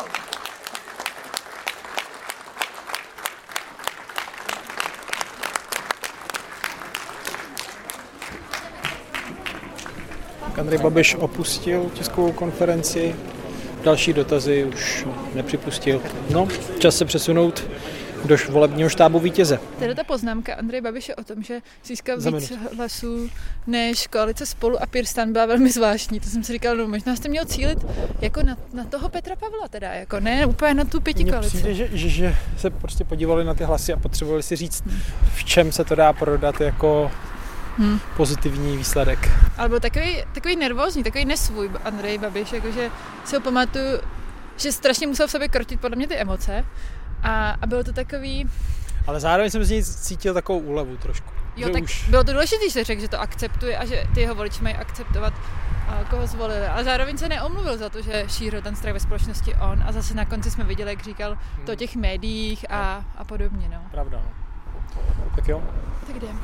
Andrej Babiš opustil tiskovou konferenci, další dotazy už nepřipustil. No, čas se přesunout do volebního štábu vítěze. Teda ta poznámka Andreje Babiše o tom, že získal víc hlasů než koalice Spolu a PirSTAN, byla velmi zvláštní. To jsem si říkal, no možná jste měl cílit jako na, na toho Petra Pavla teda, jako ne úplně na tu pětikoalici. Mně přijde, že, že, že se prostě podívali na ty hlasy a potřebovali si říct, v čem se to dá prodat jako hmm. pozitivní výsledek. Ale byl takový, takový nervózní, takový nesvůj Andrej Babiš, jakože si ho pamatuju, že strašně musel v sobě krotit podle mě ty emoce. A, a bylo to takový... Ale zároveň jsem z něj cítil takovou úlevu trošku. Jo, tak už... bylo to důležité, že řekl, že to akceptuje a že ty jeho voliči mají akceptovat, koho zvolili. Ale zároveň se neomluvil za to, že šířil ten strach ve společnosti on. A zase na konci jsme viděli, jak říkal to o těch médiích a, a podobně. No. Pravda. Tak jo. Tak jdem.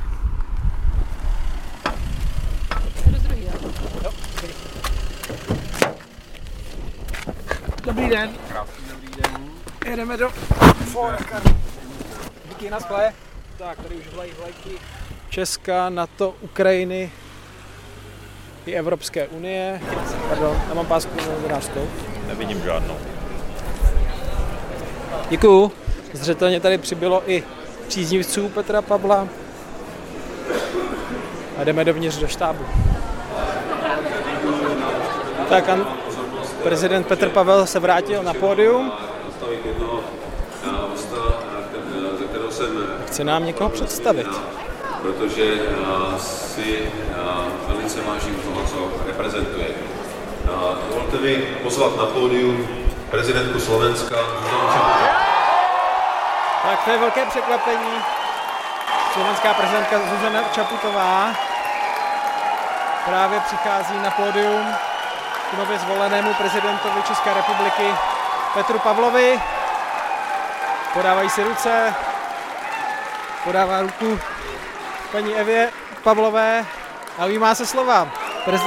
Do druhý, jo? Jo. Dobrý den. Krásný dobrý den. Jedeme do Forka. Díky, na skle. Tak, tady už vlají vlajky Česka, NATO, Ukrajiny i Evropské unie. Pardon, já mám pásku novinářskou. Nevidím žádnou. Děkuju. Zřetelně tady přibylo i příznivců Petra Pavla. A jdeme dovnitř do štábu. Tak a prezident Petr Pavel se vrátil na pódium. Chce nám někoho představit. Protože si velice vážím toho, co reprezentuje. Dovolte mi pozvat na pódium prezidentku Slovenska. Tak to je velké překvapení. Slovenská prezidentka Zuzana Čaputová právě přichází na pódium k nově zvolenému prezidentovi České republiky Petru Pavlovi. Podávají si ruce, podává ruku paní Evě Pavlové a ujímá se slova. Prez...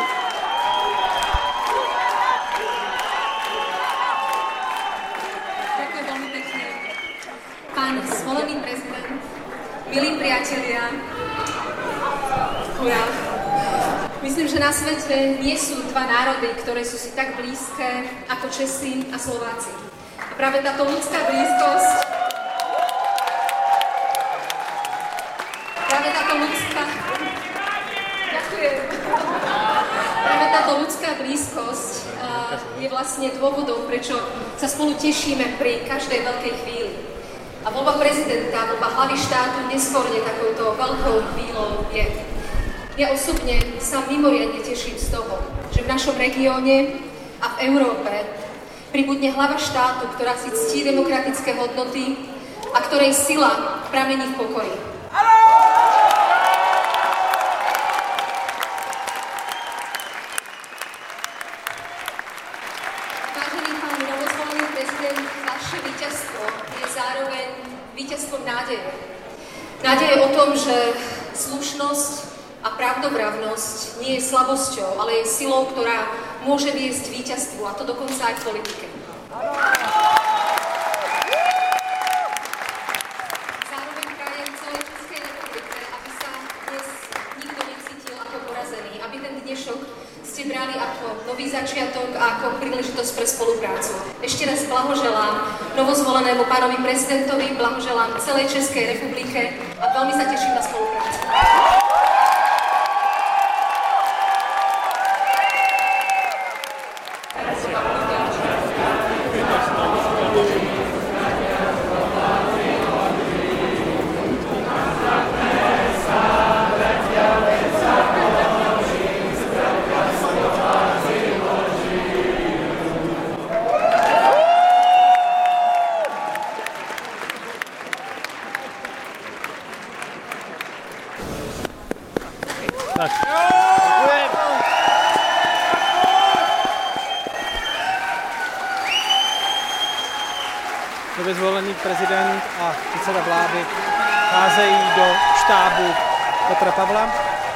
Ďakujem veľmi pekne. Pán zvolený prezident, milí priatelia, ja myslím, že na svete nie sú dva národy, ktoré sú si tak blízke ako Česi a Slováci. A práve táto ľudská blízkosť práve táto ľudská ďakujem. Práve táto ľudská blízkosť uh, je vlastne dôvodom, prečo sa spolu tešíme pri každej veľkej chvíli. A voľba prezidenta, voľba hlavy štátu nesporne takouto veľkou chvíľou je. Ja osobne sa mimoriadne teším z toho, že v našom regióne a v Európe pribudne hlava štátu, ktorá si ctí demokratické hodnoty a ktorej sila pramení v pokoji. Vážený pán novozvolený prezident, vaše víťazstvo je zároveň víťazstvom nádeje. Nádeje o tom, že slušnosť a pravdovravnosť nie je slabosťou, ale je silou, ktorá môže viesť víťazstvu, a to dokonca aj v politike. Zároveň prajem celej Českej republike, aby sa dnes nikto necítil ako porazený, aby ten dnešok ste brali ako nový začiatok a ako príležitosť pre spoluprácu. Ešte raz blahoželám novozvolenému pánovi prezidentovi, blahoželám celej Českej republike a veľmi sa teším na spoluprácu. nově zvolený prezident a předseda vlády cházejí do štábu Petra Pavla.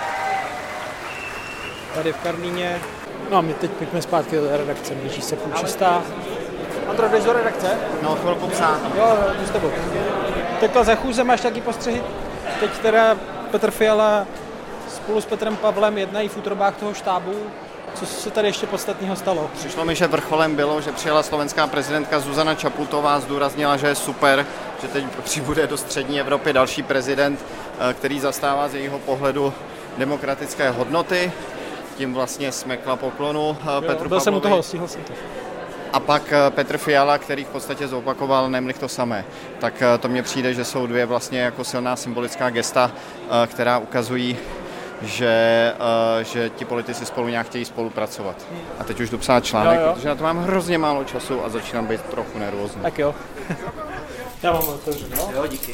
Tady v Karlíně. No a my teď pojďme zpátky do redakce, blíží se půl šestá. Andro, jdeš do redakce? No, chvilku psát. Jo, jdu s tebou. Takhle za chůze máš taky postřehy? Teď teda Petr Fiala spolu s Petrem Pavlem jednají v útrobách toho štábu. Co se tady ještě podstatného stalo? Přišlo mi, že vrcholem bylo, že přijela slovenská prezidentka Zuzana Čaputová, zdůraznila, že je super, že teď přibude do střední Evropy další prezident, který zastává z jejího pohledu demokratické hodnoty. Tím vlastně smekla poklonu Petru Pavlovi. Byl jsem u toho, stihl jsem to. A pak Petr Fiala, který v podstatě zopakoval Nemlich to samé. Tak to mně přijde, že jsou dvě vlastně jako silná symbolická gesta, která ukazují, že, že ti politici spolu nějak chtějí spolupracovat. A teď už jdu psát článek, jo, jo. protože na to mám hrozně málo času a začínám být trochu nervózní. Tak jo. Já mám otevřený, no? Jo, díky.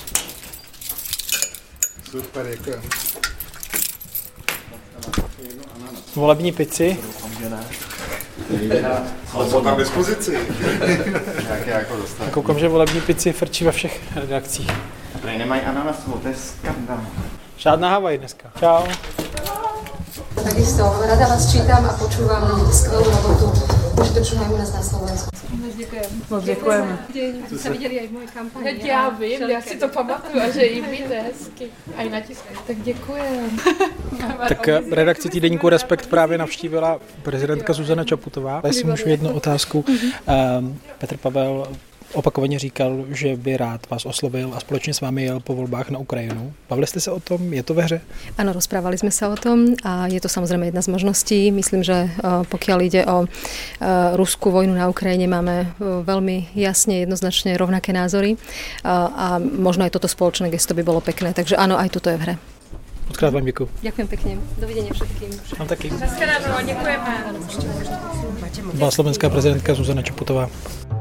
Super, děkuji. Volební pici. Ale jsou tam k dispozici. Nějaké jako dostat. Koukám, že volební pici frčí ve všech redakcích. Tady nemají ananasovou, to je skandál. Žádná Havaj dneska. Čau. Takisto rada vás čítam a počúvam skvelú robotu, užitočnú aj u nás na Slovensku. Děkujeme. Moc děkujeme. Děkujeme. Se viděli aj v mojej kampani. Já vím, já si to pamatuju, a že jim víte hezky. A i na tisku. Tak děkujeme. Tak redakci týdeníku Respekt právě navštívila prezidentka Zuzana Čaputová. Já si můžu jednu otázku. Um, Petr Pavel opakovaně říkal, že by rád vás oslovil a společně s vámi jel po volbách na Ukrajinu. Bavili jste se o tom? Je to ve hře? Áno, rozprávali sme sa o tom a je to samozrejme jedna z možností. Myslím, že pokiaľ ide o ruskú vojnu na Ukrajine, máme veľmi jasne, jednoznačne rovnaké názory a možno aj toto spoločné gesto by bolo pekné. Takže áno, aj toto je v hre. Odkrát vám děkuji. Ďakujem pekne. Dovidenia všetkým. Vám taky. Naschledanou, děkujeme. Byla slovenská prezidentka Zuzana Čaputová.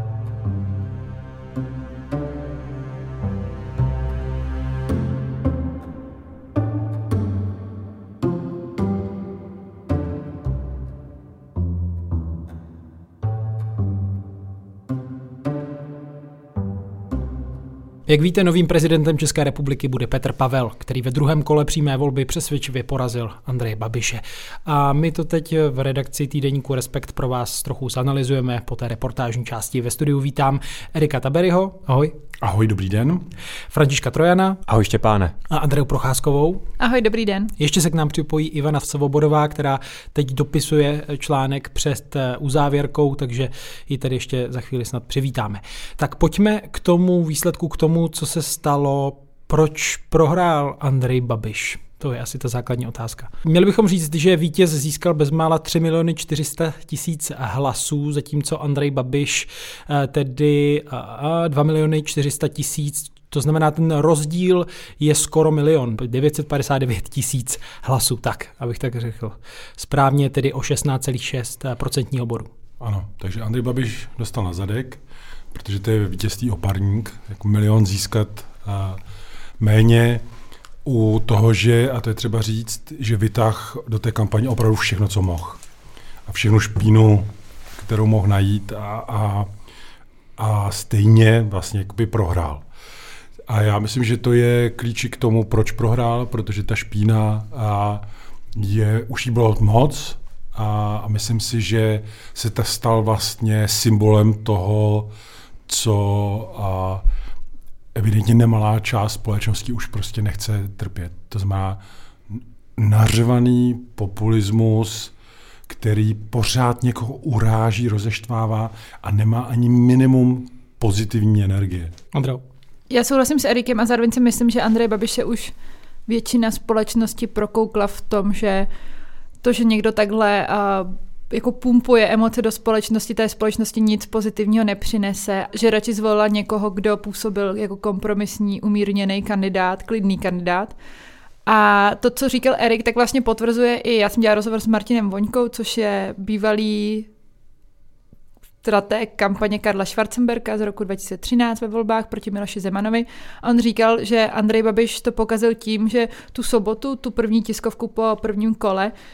Jak víte, novým prezidentem České republiky bude Petr Pavel, který ve druhém kole přímé volby přesvědčivě porazil Andreje Babiše. A my to teď v redakci týdeníku Respekt pro vás trochu zanalyzujeme. Po té reportážní části ve studiu vítám Erika Taberyho. Ahoj. Ahoj, dobrý den. Františka Trojana. Ahoj Štěpáne. A Andreu Procházkovou. Ahoj, dobrý den. Ještě se k nám připojí Ivana Svobodová, která teď dopisuje článek před uzávěrkou, takže ji tady ještě za chvíli snad přivítáme. Tak pojďme k tomu výsledku, k tomu, co se stalo, proč prohrál Andrej Babiš. To je asi ta základní otázka. Měli bychom říct, že vítěz získal bezmála tři miliony čtyři sta tisíc hlasů, zatímco Andrej Babiš tedy dva miliony čtyři sta tisíc. To znamená, ten rozdíl je skoro milion, devět set padesát devět tisíc hlasů, tak, abych tak řekl. Správně tedy o šestnáct celá šest procentního bodu. Ano, takže Andrej Babiš dostal na zadek, protože to je vítězství oparník, jako milion získat a méně u toho, že, a to je třeba říct, že vytáhl do té kampaně opravdu všechno, co mohl. A všechnu špínu, kterou mohl najít a, a, a stejně vlastně jakoby prohrál. A já myslím, že to je klíčí k tomu, proč prohrál, protože ta špína a je, už jí bylo moc a, a myslím si, že se ta stal vlastně symbolem toho, co a, evidentně nemalá část společnosti už prostě nechce trpět. To znamená nařvaný populismus, který pořád někoho uráží, rozeštvává a nemá ani minimum pozitivní energie. Andreu. Já souhlasím s Erikem a zároveň si myslím, že Andrej Babiš se už většina společnosti prokoukla v tom, že to, že někdo takhle uh, jako pumpuje emoce do společnosti, té společnosti nic pozitivního nepřinese, že radši zvolila někoho, kdo působil jako kompromisní, umírněný kandidát, klidný kandidát. A to, co říkal Erik, tak vlastně potvrzuje i, já jsem dělala rozhovor s Martinem Voňkou, což je bývalý stratég kampaně Karla Schwarzenberga z roku dva tisíce třináct ve volbách proti Miloši Zemanovi. A on říkal, že Andrej Babiš to pokazil tím, že tu sobotu, tu první tiskovku po prvním kole,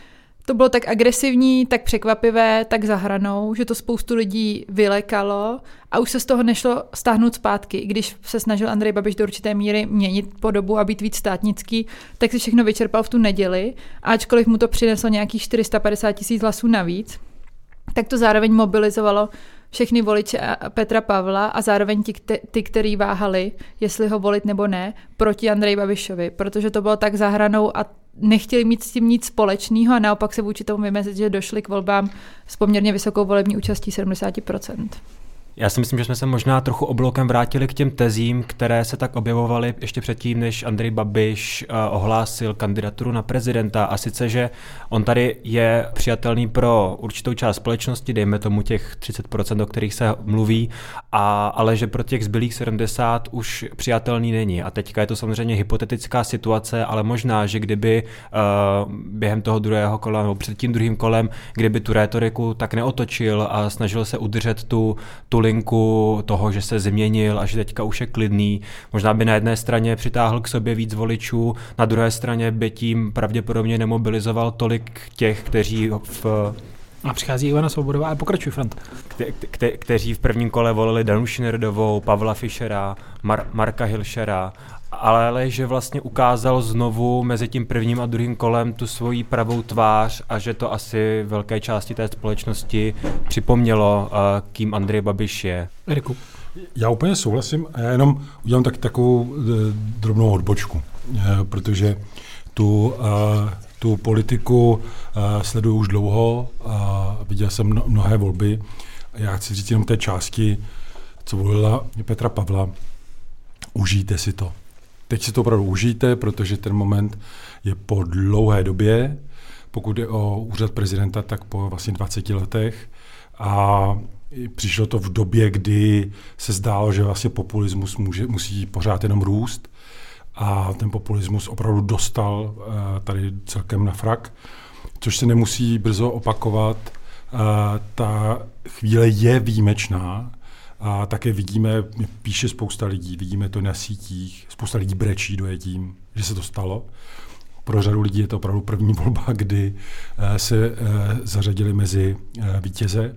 to bylo tak agresivní, tak překvapivé, tak za hranou, že to spoustu lidí vylekalo a už se z toho nešlo stáhnout zpátky. I když se snažil Andrej Babiš do určité míry měnit podobu a být víc státnický, tak si všechno vyčerpal v tu neděli, a ačkoliv mu to přineslo nějakých čtyři sta padesát tisíc hlasů navíc, tak to zároveň mobilizovalo všechny voliče Petra Pavla a zároveň ti, ty, který váhali, jestli ho volit nebo ne, proti Andreji Babišovi, protože to bylo tak za hranou a nechtěli mít s tím nic společného a naopak se vůči tomu vymezit, že došli k volbám s poměrně vysokou volební účastí sedmdesát procent. Já si myslím, že jsme se možná trochu obloukem vrátili k těm tezím, které se tak objevovaly ještě předtím, než Andrej Babiš ohlásil kandidaturu na prezidenta. A sice, že on tady je přijatelný pro určitou část společnosti, dejme tomu těch třicet procent, o kterých se mluví, a, ale že pro těch zbylých sedmdesát už přijatelný není. A teďka je to samozřejmě hypotetická situace, ale možná, že kdyby uh, během toho druhého kola, nebo před tím druhým kolem, kdyby tu rétoriku tak neotočil a snažil se udržet tu, tu linku toho, že se změnil a že teďka už je klidný. Možná by na jedné straně přitáhl k sobě víc voličů, na druhé straně by tím pravděpodobně nemobilizoval tolik těch, kteří v... A přichází Ivana Svobodová a pokračuj, Frant. Kte, kte, kteří v prvním kole volili Danuši Nerudovou, Pavla Fischera, Mar, Marka Hilšera, ale, ale že vlastně ukázal znovu mezi tím prvním a druhým kolem tu svoji pravou tvář a že to asi velké části té společnosti připomnělo, kým Andrej Babiš je. Eriku. Já úplně souhlasím a já jenom udělám tak, takovou drobnou odbočku, protože tu, tu politiku sleduju už dlouho a viděl jsem mnohé volby. Já chci říct jenom té části, co volila Petra Pavla. Užijte si to. Teď si to opravdu užijte, protože ten moment je po dlouhé době, pokud je o úřad prezidenta, tak po vlastně dvaceti letech. A přišlo to v době, kdy se zdálo, že vlastně populismus může, musí pořád jenom růst. A ten populismus opravdu dostal uh, tady celkem na frak, což se nemusí brzo opakovat. Uh, ta chvíle je výjimečná. A také vidíme, píše spousta lidí, vidíme to na sítích, spousta lidí brečí dojetím, že se to stalo. Pro řadu lidí je to opravdu první volba, kdy se zařadili mezi vítěze.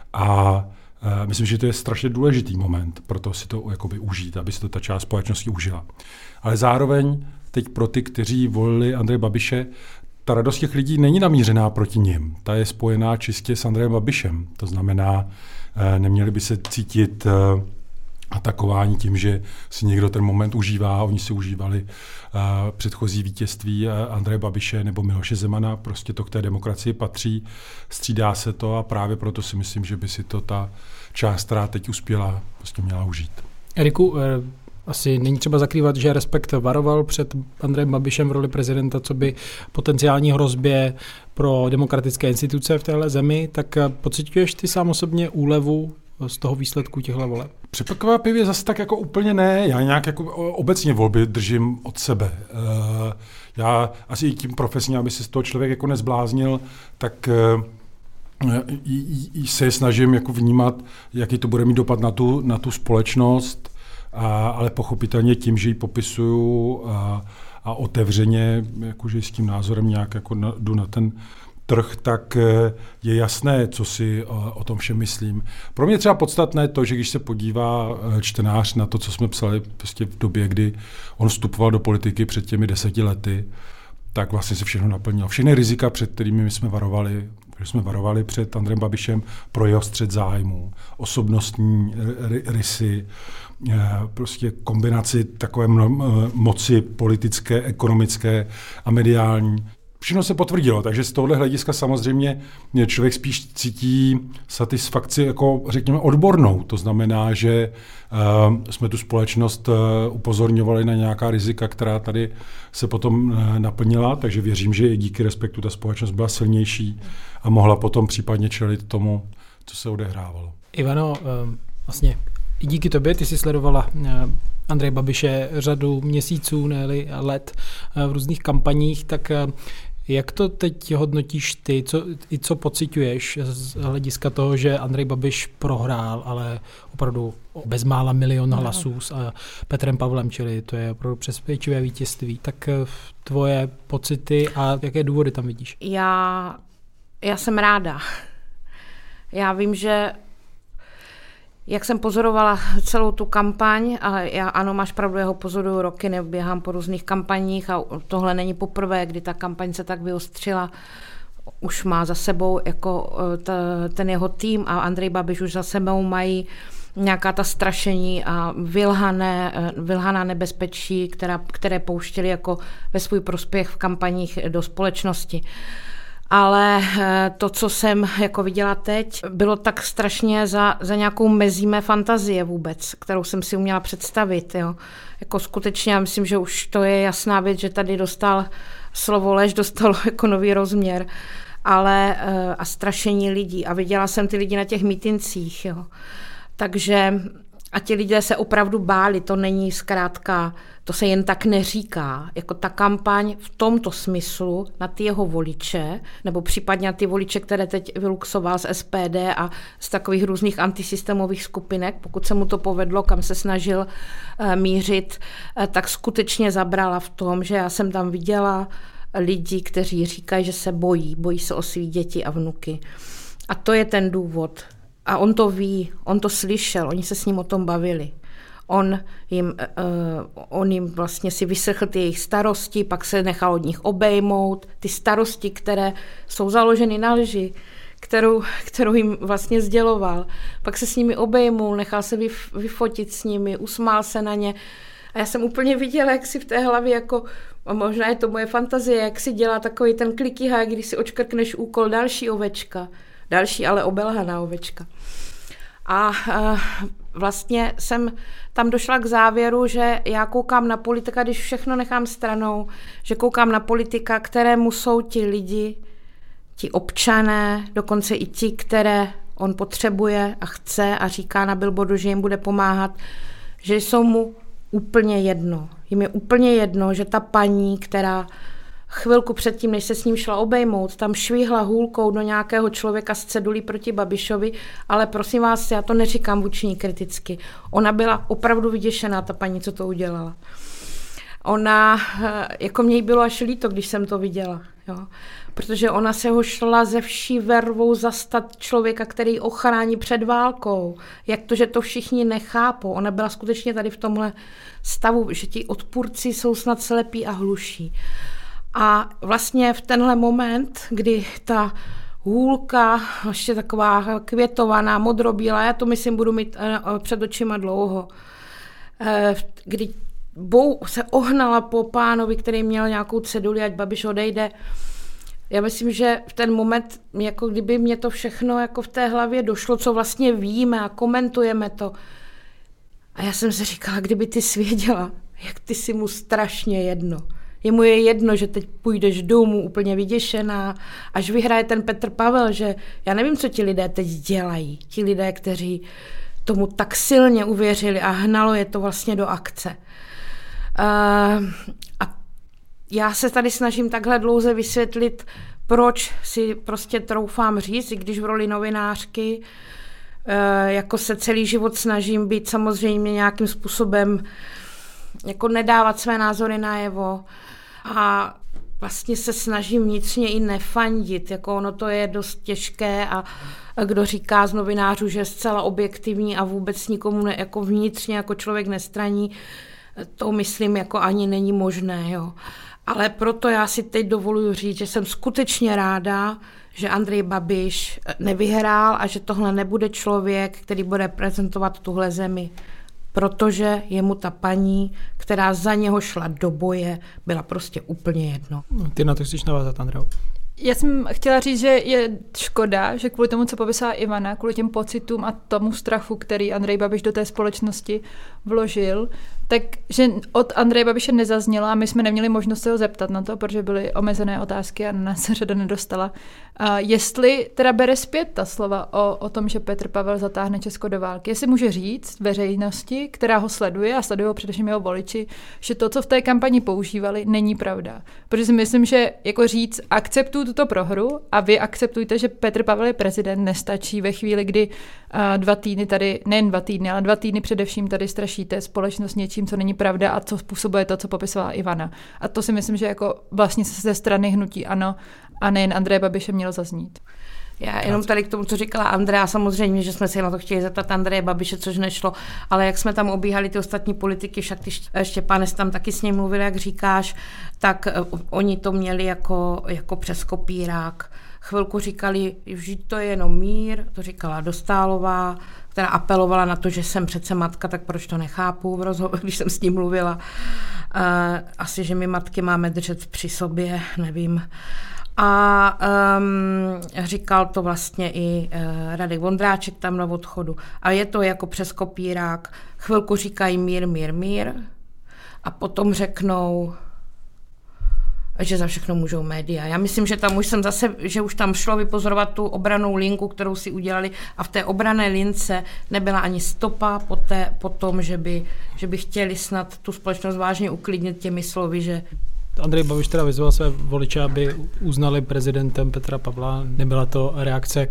A myslím, že to je strašně důležitý moment, proto si to jakoby užít, aby si to ta část společnosti užila. Ale zároveň teď pro ty, kteří volili Andreje Babiše, ta radost těch lidí není namířená proti nim. Ta je spojená čistě s Andrejem Babišem. To znamená, neměli by se cítit atakování tím, že si někdo ten moment užívá. Oni si užívali předchozí vítězství Andreje Babiše nebo Miloše Zemana. Prostě to k té demokracii patří. Střídá se to a právě proto si myslím, že by si to ta část, která teď uspěla, prostě měla užít. Eriku, asi není třeba zakrývat, že Respekt varoval před Andrejem Babišem v roli prezidenta, co by potenciální hrozbě pro demokratické instituce v téhle zemi, tak pociťuješ ty sám osobně úlevu z toho výsledku těchto voleb? Překvapivě zase tak jako úplně ne. Já nějak jako obecně volby držím od sebe. Já asi i tím profesně, aby se z toho člověk jako nezbláznil, tak se snažím jako vnímat, jaký to bude mít dopad na tu, na tu společnost, A, ale pochopitelně tím, že ji popisuju a, a otevřeně, jakože s tím názorem nějak jako na, jdu na ten trh, tak je jasné, co si o, o tom všem myslím. Pro mě třeba podstatné to, že když se podívá čtenář na to, co jsme psali prostě v době, kdy on vstupoval do politiky před těmi deseti lety, tak vlastně se všechno naplnilo. Všechny rizika, před kterými my jsme varovali, jsme varovali před Andrejem Babišem pro jeho střet zájmů, osobnostní rysy, prostě kombinaci takové moci politické, ekonomické a mediální. Všechno se potvrdilo, takže z tohohle hlediska samozřejmě člověk spíš cítí satisfakci jako, řekněme, odbornou. To znamená, že uh, jsme tu společnost uh, upozorňovali na nějaká rizika, která tady se potom uh, naplnila, takže věřím, že i díky Respektu ta společnost byla silnější a mohla potom případně čelit tomu, co se odehrávalo. Ivano, uh, vlastně i díky tobě, ty jsi sledovala uh, Andreje Babiše řadu měsíců, ne-li let uh, v různých kampaních, tak uh, jak to teď hodnotíš ty, co, i co pociťuješ z hlediska toho, že Andrej Babiš prohrál, ale opravdu bezmála milion hlasů s Petrem Pavlem, čili to je opravdu přesvědčivé vítězství. Tak tvoje pocity a jaké důvody tam vidíš? Já já jsem ráda. Já vím, že jak jsem pozorovala celou tu kampaň, a já ano, máš pravdu, já ho pozoruju roky, neběhám po různých kampaních a tohle není poprvé, kdy ta kampaň se tak vyostřila. Už má za sebou jako t, ten jeho tým a Andrej Babiš už za sebou mají nějaká ta strašení a vylhané, vylhaná nebezpečí, která, které pouštěli jako ve svůj prospěch v kampaních do společnosti. Ale to, co jsem jako viděla teď, bylo tak strašně za, za nějakou mezí mé fantazie vůbec, kterou jsem si uměla představit. Jo. Jako skutečně, já myslím, že už to je jasná věc, že tady dostal slovo lež, dostalo jako nový rozměr, ale a strašení lidí. A viděla jsem ty lidi na těch mítincích. Jo. Takže a ti lidé se opravdu báli, to není zkrátka, to se jen tak neříká. Jako ta kampaň v tomto smyslu na ty jeho voliče, nebo případně na ty voliče, které teď vyluxoval z S P D a z takových různých antisystémových skupinek, pokud se mu to povedlo, kam se snažil uh, mířit, uh, tak skutečně zabrala v tom, že já jsem tam viděla lidi, kteří říkají, že se bojí, bojí se o svý děti a vnuky. A to je ten důvod. A on to ví, on to slyšel, oni se s ním o tom bavili. On jim, uh, on jim vlastně si vyslechl ty jejich starosti, pak se nechal od nich obejmout. Ty starosti, které jsou založeny na lži, kterou, kterou jim vlastně sděloval. Pak se s nimi obejmul, nechal se vyf, vyfotit s nimi, usmál se na ně. A já jsem úplně viděla, jak si v té hlavě, jako, a možná je to moje fantazie, jak si dělá takový ten klikihaj, když si očkrkneš úkol další ovečka. Další, ale obelhaná ovečka. A uh, vlastně jsem tam došla k závěru, že já koukám na politika, když všechno nechám stranou, že koukám na politika, kterému jsou ti lidi, ti občané, dokonce i ti, které on potřebuje a chce a říká na billboardu, že jim bude pomáhat, že jsou mu úplně jedno. Jim je úplně jedno, že ta paní, která chvilku předtím, než se s ním šla obejmout, tam švihla hůlkou do nějakého člověka s cedulí proti Babišovi, ale prosím vás, já to neříkám vůči ní kriticky. Ona byla opravdu vyděšená, ta paní, co to udělala. Ona, jako mě jí bylo až líto, když jsem to viděla, jo. Protože ona se ho šla ze vší vervou zastat člověka, který ochrání před válkou. Jak to, že to všichni nechápou. Ona byla skutečně tady v tomhle stavu, že ti odpůrci jsou snad slepí a hluší. A vlastně v tenhle moment, kdy ta hůlka, ještě taková květovaná, modrobílá, já to myslím budu mít před očima dlouho, kdy Bou se ohnala po pánovi, který měl nějakou ceduli, ať Babiš odejde. Já myslím, že v ten moment, jako kdyby mě to všechno jako v té hlavě došlo, co vlastně víme a komentujeme to. A já jsem si říkala, kdyby ty svěděla, jak ty si mu strašně jedno. Jemu je jedno, že teď půjdeš domů úplně vyděšená, až vyhraje ten Petr Pavel, že já nevím, co ti lidé teď dělají. Ti lidé, kteří tomu tak silně uvěřili a hnalo je to vlastně do akce. Uh, a já se tady snažím takhle dlouze vysvětlit, proč si prostě troufám říct, i když v roli novinářky, uh, jako se celý život snažím být samozřejmě nějakým způsobem, jako nedávat své názory najevo a vlastně se snažím vnitřně i nefandit, jako ono to je dost těžké a kdo říká z novinářů, že je zcela objektivní a vůbec nikomu ne, jako vnitřně jako člověk nestraní, to myslím jako ani není možné, jo. Ale proto já si teď dovoluji říct, že jsem skutečně ráda, že Andrej Babiš nevyhrál a že tohle nebude člověk, který bude reprezentovat tuhle zemi. Protože jemu ta paní, která za něho šla do boje, byla prostě úplně jedno. Ty na to chceš navázat, Andreu? Já jsem chtěla říct, že je škoda, že kvůli tomu, co popisala Ivana, kvůli těm pocitům a tomu strachu, který Andrej Babiš do té společnosti vložil, takže od Andreje Babiše nezaznělo a my jsme neměli možnost se ho zeptat na to, protože byly omezené otázky a na nás se řada nedostala. A jestli teda bere zpět ta slova o, o tom, že Petr Pavel zatáhne Česko do války, jestli může říct veřejnosti, která ho sleduje a sleduje ho především jeho voliči, že to, co v té kampani používali, není pravda. Protože si myslím, že jako říct, akceptuju tuto prohru a vy akceptujte, že Petr Pavel je prezident, nestačí ve chvíli, kdy uh, dva týdny tady, nejen dva týdny, ale dva týdny především tady strašíte společnost něčím, co není pravda a co způsobuje to, co popisovala Ivana. A to si myslím, že jako vlastně ze strany hnutí ANO a nejen Andreje Babiše měl zaznít. Já jenom tady k tomu, co říkala Andrea, samozřejmě, že jsme si na to chtěli zeptat Andreje Babiše, což nešlo, ale jak jsme tam obíhali ty ostatní politiky, však ty Štěpánes tam taky s ním mluvil, jak říkáš, tak uh, oni to měli jako, jako přes kopírák. Chvilku říkali, že to je jenom mír, to říkala Dostálová, která apelovala na to, že jsem přece matka, tak proč to nechápu v rozhovoru, když jsem s ním mluvila. Uh, asi, že my matky máme držet při sobě, nevím. A um, říkal to vlastně i uh, Radek Vondráček tam na odchodu. A je to jako přes kopírák. Chvilku říkají mír, mír, mír a potom řeknou, že za všechno můžou média. Já myslím, že tam už jsem zase, že už tam šlo vypozorovat tu obranou linku, kterou si udělali a v té obrané lince nebyla ani stopa po, té, po tom, že by, že by chtěli snad tu společnost vážně uklidnit těmi slovy, že Andrej Babiš teda vyzval své voliče, aby uznali prezidentem Petra Pavla. Nebyla to reakce,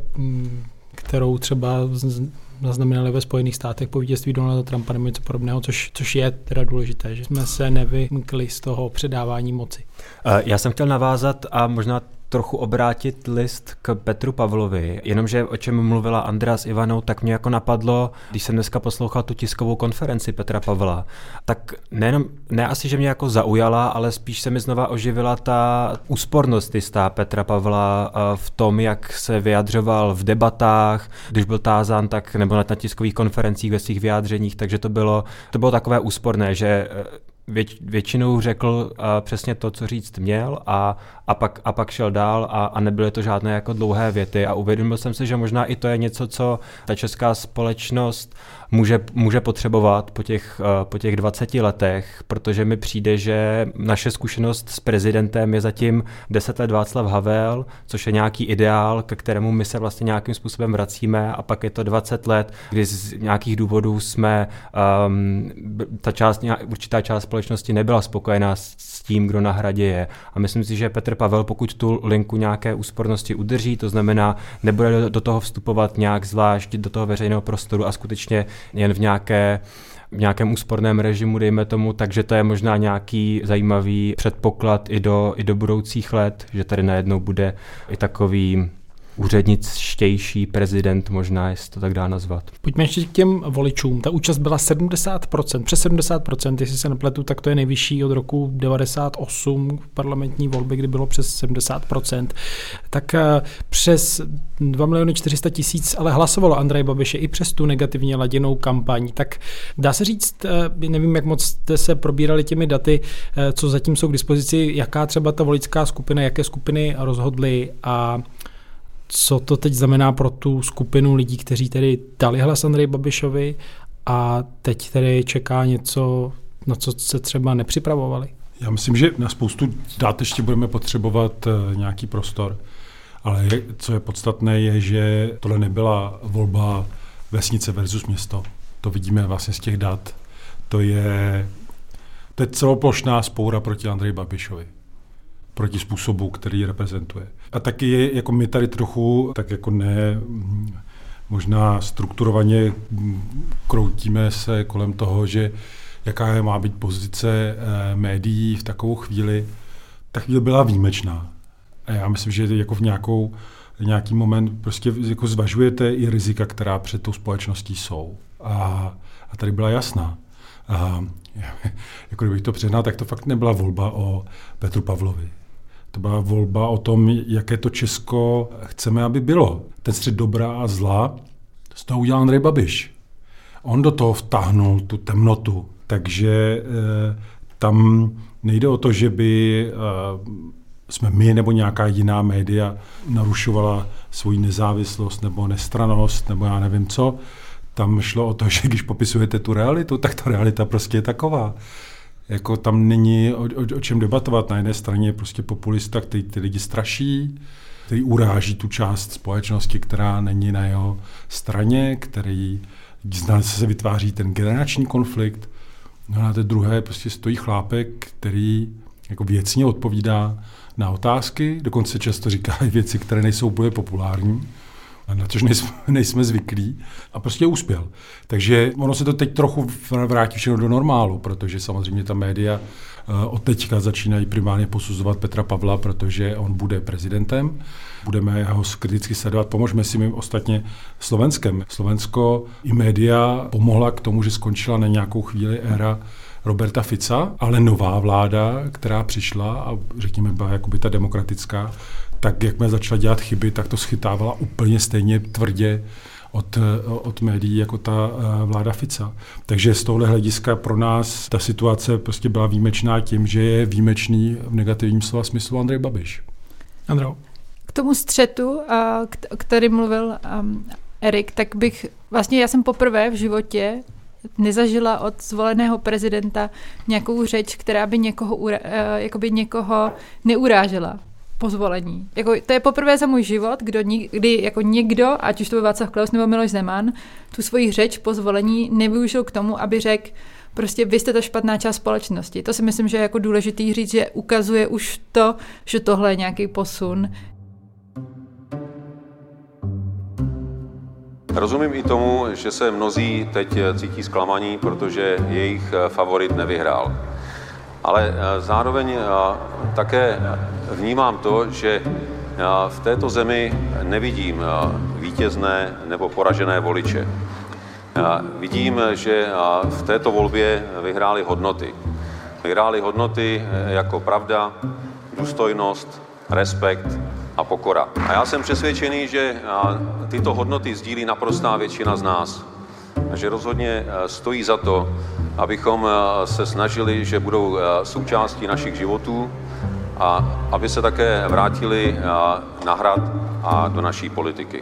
kterou třeba zaznamenali ve Spojených státech po vítězství Donalda Trumpa nebo něco podobného, což, což je teda důležité, že jsme se nevymkli z toho předávání moci. Já jsem chtěl navázat a možná trochu obrátit list k Petru Pavlovi, jenomže o čem mluvila Andrea s Ivanou, tak mě jako napadlo, když jsem dneska poslouchal tu tiskovou konferenci Petra Pavla, tak nejenom, ne asi, že mě jako zaujala, ale spíš se mi znova oživila ta úspornost jistá Petra Pavla v tom, jak se vyjadřoval v debatách, když byl tázán, tak nebo na tiskových konferencích ve svých vyjádřeních, takže to bylo, to bylo takové úsporné, že Věč, většinou řekl uh, přesně to, co říct měl a, a, pak, a pak šel dál a, a nebyly to žádné jako dlouhé věty a uvědomil jsem si, že možná i to je něco, co ta česká společnost může, může potřebovat po těch, uh, po těch dvaceti letech, protože mi přijde, že naše zkušenost s prezidentem je zatím deset let Václav Havel, což je nějaký ideál, ke kterému my se vlastně nějakým způsobem vracíme a pak je to dvacet let, kdy z nějakých důvodů jsme um, ta část, určitá část společnosti nebyla spokojená s tím, kdo na hradě je. A myslím si, že Petr Pavel, pokud tu linku nějaké úspornosti udrží, to znamená, nebude do, do toho vstupovat nějak zvlášť do toho veřejného prostoru a skutečně jen v nějaké v nějakém úsporném režimu, dejme tomu, takže to je možná nějaký zajímavý předpoklad i do, i do budoucích let, že tady najednou bude i takový úředničtější prezident, možná, jestli to tak dá nazvat. Pojďme ještě k těm voličům. Ta účast byla sedmdesát procent, přes sedmdesát procent, jestli se nepletu, tak to je nejvyšší od roku devadesát osm v parlamentní volby, kdy bylo přes sedmdesát procent. Tak přes dva miliony čtyři sta tisíc ale hlasovalo Andreje Babiše i přes tu negativně laděnou kampaň. Tak dá se říct, nevím, jak moc jste se probírali těmi daty, co zatím jsou k dispozici, jaká třeba ta voličská skupina, jaké skupiny rozhodly a co to teď znamená pro tu skupinu lidí, kteří tedy dali hlas Andreji Babišovi a teď tedy čeká něco, na co se třeba nepřipravovali? Já myslím, že na spoustu dát ještě budeme potřebovat nějaký prostor, ale co je podstatné je, že tohle nebyla volba vesnice versus město. To vidíme vlastně z těch dat. To je, to je celoplošná spoura proti Andreji Babišovi. Proti způsobu, který reprezentuje. A taky je, jako my tady trochu, tak jako ne, možná strukturovaně kroutíme se kolem toho, že jaká je, má být pozice eh, médií v takovou chvíli. Ta chvíle byla výjimečná. A já myslím, že jako v nějakou, nějaký moment prostě jako zvažujete i rizika, která před tou společností jsou. A, a tady byla jasná. A jako kdybych to přiznal, tak to fakt nebyla volba o Petru Pavlovi. To byla volba o tom, jaké to Česko chceme, aby bylo. Ten střed dobra a zla, z toho udělal Andrej Babiš. On do toho vtáhnul tu temnotu. Takže eh, tam nejde o to, že by eh, jsme my nebo nějaká jiná média narušovala svoji nezávislost nebo nestrannost nebo já nevím co. Tam šlo o to, že když popisujete tu realitu, tak ta realita prostě je taková. Jako tam není o, o, o čem debatovat. Na jedné straně je prostě populista, který ty lidi straší, který uráží tu část společnosti, která není na jeho straně, který se vytváří ten generační konflikt. No a na té druhé prostě stojí chlápek, který jako věcně odpovídá na otázky, dokonce často říká i věci, které nejsou úplně populární. na což nejsme, nejsme zvyklí a prostě uspěl. Takže ono se to teď trochu vrátí všechno do normálu, protože samozřejmě ta média od teďka začínají primárně posuzovat Petra Pavla, protože on bude prezidentem. Budeme ho kriticky sledovat. Pomožme si my ostatně Slovenskem. Slovensko i média pomohla k tomu, že skončila na nějakou chvíli éra Roberta Fica, ale nová vláda, která přišla a řekněme byla jakoby ta demokratická, tak jakmile začala dělat chyby, tak to schytávala úplně stejně tvrdě od, od médií jako ta vláda Fica. Takže z tohohle hlediska pro nás ta situace prostě byla výjimečná tím, že je výjimečný v negativním slova smyslu Andrej Babiš. Andro. K tomu střetu, o kterém mluvil Erik, tak bych vlastně já jsem poprvé v životě nezažila od zvoleného prezidenta nějakou řeč, která by někoho, jakoby někoho neurážela po zvolení. Jako, to je poprvé za můj život, kdo, kdy jako někdo, ať už to byl Václav Klaus nebo Miloš Zeman, tu svoji řeč po zvolení nevyužil k tomu, aby řekl, prostě vy jste ta špatná část společnosti. To si myslím, že je jako důležitý říct, že ukazuje už to, že tohle je nějaký posun. Rozumím i tomu, že se mnozí teď cítí zklamaní, protože jejich favorit nevyhrál. Ale zároveň také vnímám to, že v této zemi nevidím vítězné nebo poražené voliče. Vidím, že v této volbě vyhrály hodnoty. Vyhrály hodnoty jako pravda, důstojnost, respekt a pokora. A já jsem přesvědčený, že tyto hodnoty sdílí naprostá většina z nás. A že rozhodně stojí za to, abychom se snažili, že budou součástí našich životů a aby se také vrátili na hrad a do naší politiky.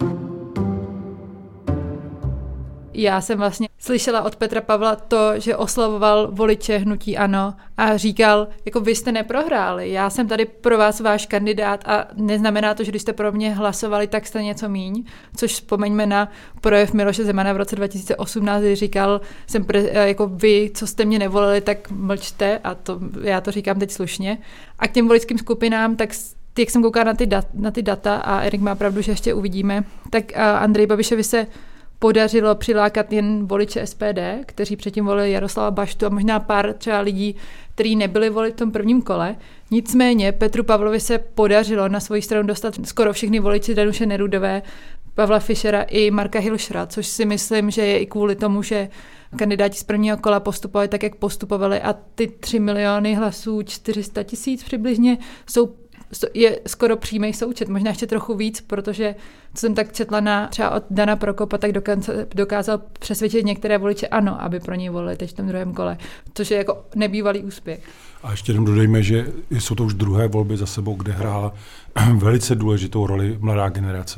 Já jsem vlastně slyšela od Petra Pavla to, že oslavoval voliče hnutí ANO a říkal, jako vy jste neprohráli, já jsem tady pro vás váš kandidát a neznamená to, že když jste pro mě hlasovali, tak jste něco míň, což vzpomeňme na projev Miloše Zemana v roce dva tisíce osmnáct, kdy říkal, jsem pre, jako vy, co jste mě nevolili, tak mlčte a to, já to říkám teď slušně. A k těm voličským skupinám, tak jak jsem koukala na ty, dat, na ty data a Erik má pravdu, že ještě uvidíme, tak Andrej Babišovi se podařilo přilákat jen voliče S P D, kteří předtím volili Jaroslava Baštu a možná pár třeba lidí, kteří nebyli volit v tom prvním kole. Nicméně Petru Pavlovi se podařilo na svoji stranu dostat skoro všichni voliči Danuše Nerudové, Pavla Fischera i Marka Hilšera, což si myslím, že je i kvůli tomu, že kandidáti z prvního kola postupovali tak, jak postupovali a ty tři miliony hlasů, čtyři sta tisíc přibližně, jsou je skoro přímý součet, možná ještě trochu víc, protože co jsem tak četla na třeba od Dana Prokopa, tak dokázal přesvědčit některé voliče ano, aby pro něj volili teď v tom druhém kole, což je jako nebývalý úspěch. A ještě jenom dodejme, že jsou to už druhé volby za sebou, kde hrála velice důležitou roli mladá generace,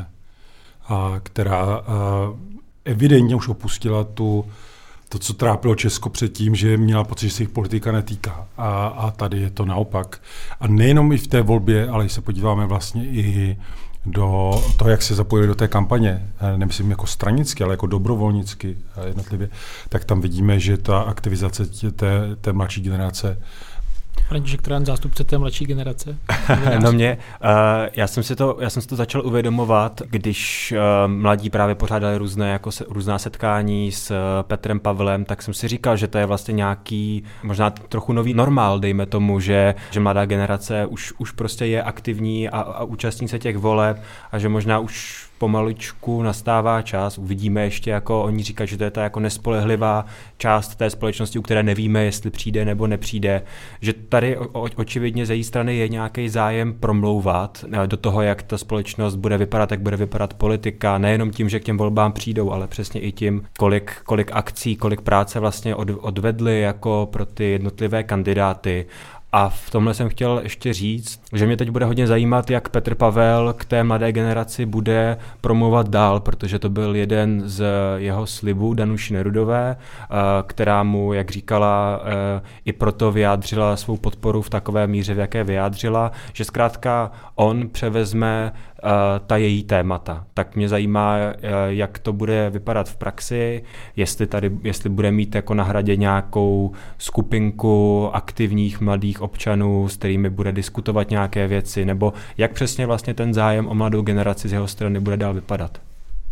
a která a evidentně už opustila tu to, co trápilo Česko předtím, že měla pocit, že se jich politika netýká. A, a tady je to naopak. A nejenom i v té volbě, ale když se podíváme vlastně i do toho, jak se zapojili do té kampaně, nemyslím jako stranicky, ale jako dobrovolnicky jednotlivě, tak tam vidíme, že ta aktivizace té, té mladší generace. František Trán, zástupce té mladší generace. No mě, uh, já jsem si to, já jsem si to začal uvědomovat, když uh, mladí právě pořádali různé, jako se, různá setkání s uh, Petrem Pavlem, tak jsem si říkal, že to je vlastně nějaký, možná trochu nový normál, dejme tomu, že, že mladá generace už, už prostě je aktivní a, a účastní se těch voleb a že možná už pomaličku nastává čas, uvidíme ještě, jako oni říkají, že to je ta jako nespolehlivá část té společnosti, u které nevíme, jestli přijde nebo nepřijde, že tady o, očividně ze její strany je nějaký zájem promlouvat do toho, jak ta společnost bude vypadat, jak bude vypadat politika, nejenom tím, že k těm volbám přijdou, ale přesně i tím, kolik, kolik akcí, kolik práce vlastně od, odvedli jako pro ty jednotlivé kandidáty. A v tomhle jsem chtěl ještě říct, že mě teď bude hodně zajímat, jak Petr Pavel k té mladé generaci bude promluvat dál, protože to byl jeden z jeho slibů Danuši Nerudové, která mu, jak říkala, i proto vyjádřila svou podporu v takové míře, v jaké vyjádřila, že zkrátka on převezme ta její témata. Tak mě zajímá, jak to bude vypadat v praxi, jestli tady, jestli bude mít jako na hradě nějakou skupinku aktivních mladých občanů, s kterými bude diskutovat nějaké věci, nebo jak přesně vlastně ten zájem o mladou generaci z jeho strany bude dál vypadat.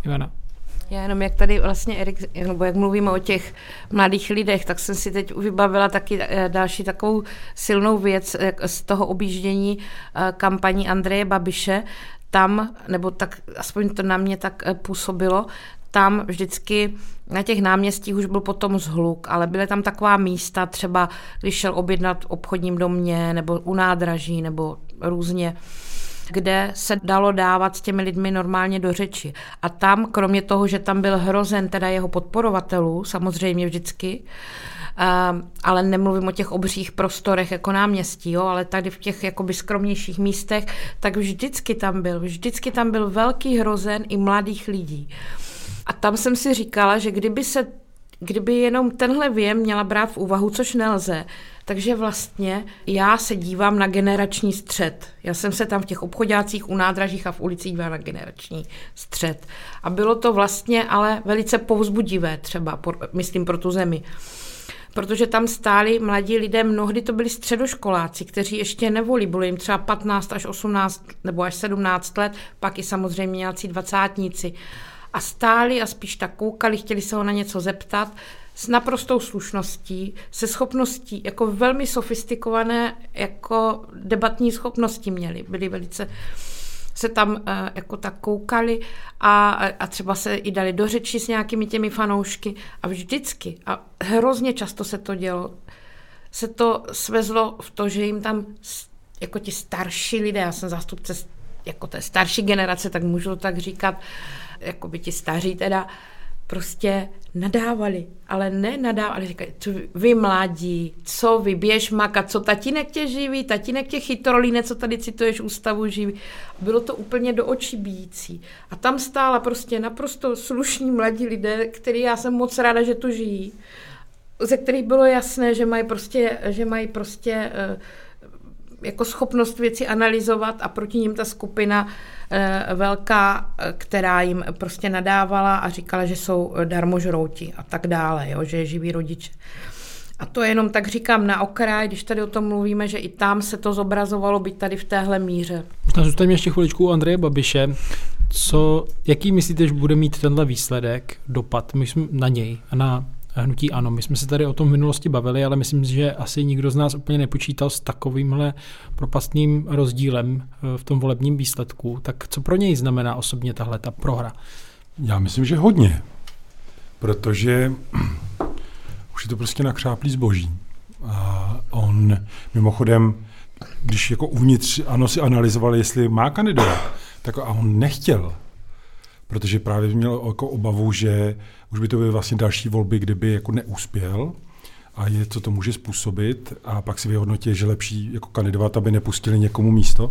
Ivana. Já jenom jak tady vlastně Erik, nebo jak mluvíme o těch mladých lidech, tak jsem si teď vybavila taky další takovou silnou věc z toho objíždění kampaní Andreje Babiše. Tam, nebo tak, aspoň to na mě tak působilo, tam vždycky na těch náměstích už byl potom zhluk, ale byly tam taková místa, třeba když šel objednat v obchodním domě, nebo u nádraží, nebo různě, kde se dalo dávat s těmi lidmi normálně do řeči. A tam, kromě toho, že tam byl hrozen teda jeho podporovatelů, samozřejmě vždycky, Uh, ale nemluvím o těch obřích prostorech jako náměstí, jo, ale tady v těch jakoby skromnějších místech, tak vždycky tam byl, vždycky tam byl velký hrozen i mladých lidí. A tam jsem si říkala, že kdyby se, kdyby jenom tenhle věm měla brát v úvahu, což nelze, takže vlastně já se dívám na generační střet. Já jsem se tam v těch obchodácích, u nádražích a v ulicích dívala na generační střet. A bylo to vlastně ale velice povzbudivé třeba, myslím, pro tu zemi. Protože tam stáli mladí lidé, mnohdy to byli středoškoláci, kteří ještě nevolí, bylo jim třeba patnáct až osmnáct nebo až sedmnáct let, pak i samozřejmě nějací dvacátníci. A stáli a spíš tak koukali, chtěli se ho na něco zeptat, s naprostou slušností, se schopností, jako velmi sofistikované, jako debatní schopnosti měli, byli velice, se tam uh, jako tak koukali a, a třeba se i dali do řeči s nějakými těmi fanoušky a vždycky, a hrozně často se to dělo, se to svezlo v to, že jim tam jako ti starší lidé, já jsem zástupce jako té starší generace, tak můžu tak říkat, jako by ti staří teda, prostě nadávali, ale ne nadávali, říkají, co vy mladí, co vy, běž makat, co tatínek tě živí, tatínek tě chytrolíne, co tady cituješ ústavu živí. Bylo to úplně do očí bijící. A tam stála prostě naprosto slušní mladí lidé, který já jsem moc ráda, že tu žijí, ze kterých bylo jasné, že mají prostě, že mají prostě jako schopnost věci analyzovat a proti ním ta skupina e, velká, která jim prostě nadávala a říkala, že jsou darmožrouti a tak dále, jo, že je živí rodiče. A to jenom tak říkám na okraj, když tady o tom mluvíme, že i tam se to zobrazovalo, být tady v téhle míře. Možná zůstaňme ještě chviličku u Andreje Babiše. Co, jaký myslíte, že bude mít tenhle výsledek, dopad na něj a na hnutí ANO? My jsme se tady o tom v minulosti bavili, ale myslím, že asi nikdo z nás úplně nepočítal s takovýmhle propastným rozdílem v tom volebním výsledku. Tak co pro něj znamená osobně tahle ta prohra? Já myslím, že hodně, protože už je to prostě nakřáplý zboží. A on mimochodem, když jako uvnitř ANO si analyzovali, jestli má kandidovat, tak a on nechtěl. Protože právě měl jako obavu, že už by to byly vlastně další volby, kdyby jako neuspěl a je, co to může způsobit a pak si vyhodnotil, že lepší jako kandidovat, aby nepustili někomu místo.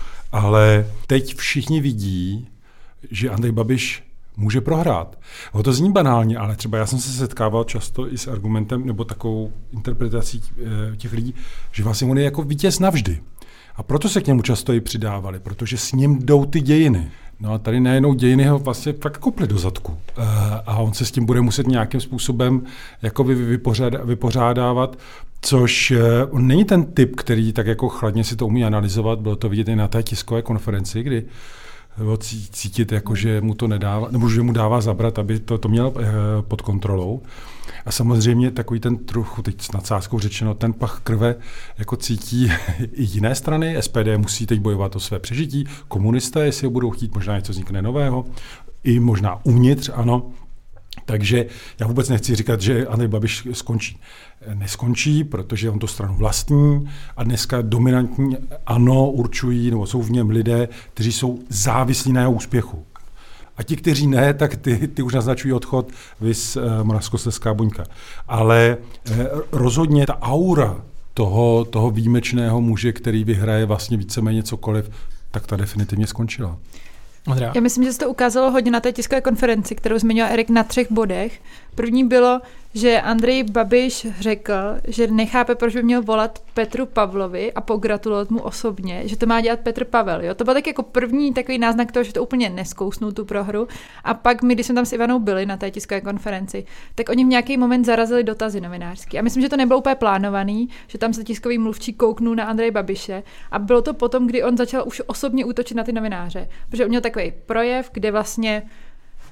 Ale teď všichni vidí, že Andrej Babiš může prohrát. O to zní banálně, ale třeba já jsem se setkával často i s argumentem nebo takovou interpretací těch lidí, že vlastně on je jako vítěz navždy. A proto se k němu často i přidávali, protože s ním jdou ty dějiny. No a tady najednou dějiny ho vlastně fakt koply do zadku. A on se s tím bude muset nějakým způsobem jako vypořád, vypořádávat, což on není ten typ, který tak jako chladně si to umí analyzovat. Bylo to vidět i na té tiskové konferenci, kdy ho cítit, jako, že mu to nedává, nebo že mu dává zabrat, aby to, to měl pod kontrolou. A samozřejmě takový ten trochu, teď s nadsázkou řečeno, ten pach krve jako cítí i jiné strany. S P D musí teď bojovat o své přežití, komunisté, jestli ho budou chtít, možná něco vznikne nového, i možná uvnitř, ano. Takže já vůbec nechci říkat, že Andrej Babiš skončí. Neskončí, protože on tu stranu vlastní a dneska dominantní ANO určují, nebo jsou v něm lidé, kteří jsou závislí na jeho úspěchu. A ti, kteří ne, tak ty, ty už naznačují odchod, viz eh, Moravskoslezská buňka. Ale eh, rozhodně ta aura toho, toho výjimečného muže, který vyhraje vlastně víceméně cokoliv, tak ta definitivně skončila. Andrea. Já myslím, že se to ukázalo hodně na té tiskové konferenci, kterou zmiňoval Erik na třech bodech. První bylo, že Andrej Babiš řekl, že nechápe, proč by měl volat Petru Pavlovi a pogratulovat mu osobně, že to má dělat Petr Pavel. Jo? To byl tak jako první takový náznak toho, že to úplně neskousnul tu prohru. A pak my, když jsme tam s Ivanou byli na té tiskové konferenci, tak oni v nějaký moment zarazili dotazy novinářský. A myslím, že to nebylo úplně plánovaný, že tam se tiskový mluvčí kouknul na Andreje Babiše. A bylo to potom, kdy on začal už osobně útočit na ty novináře. Protože on měl takový projev, kde vlastně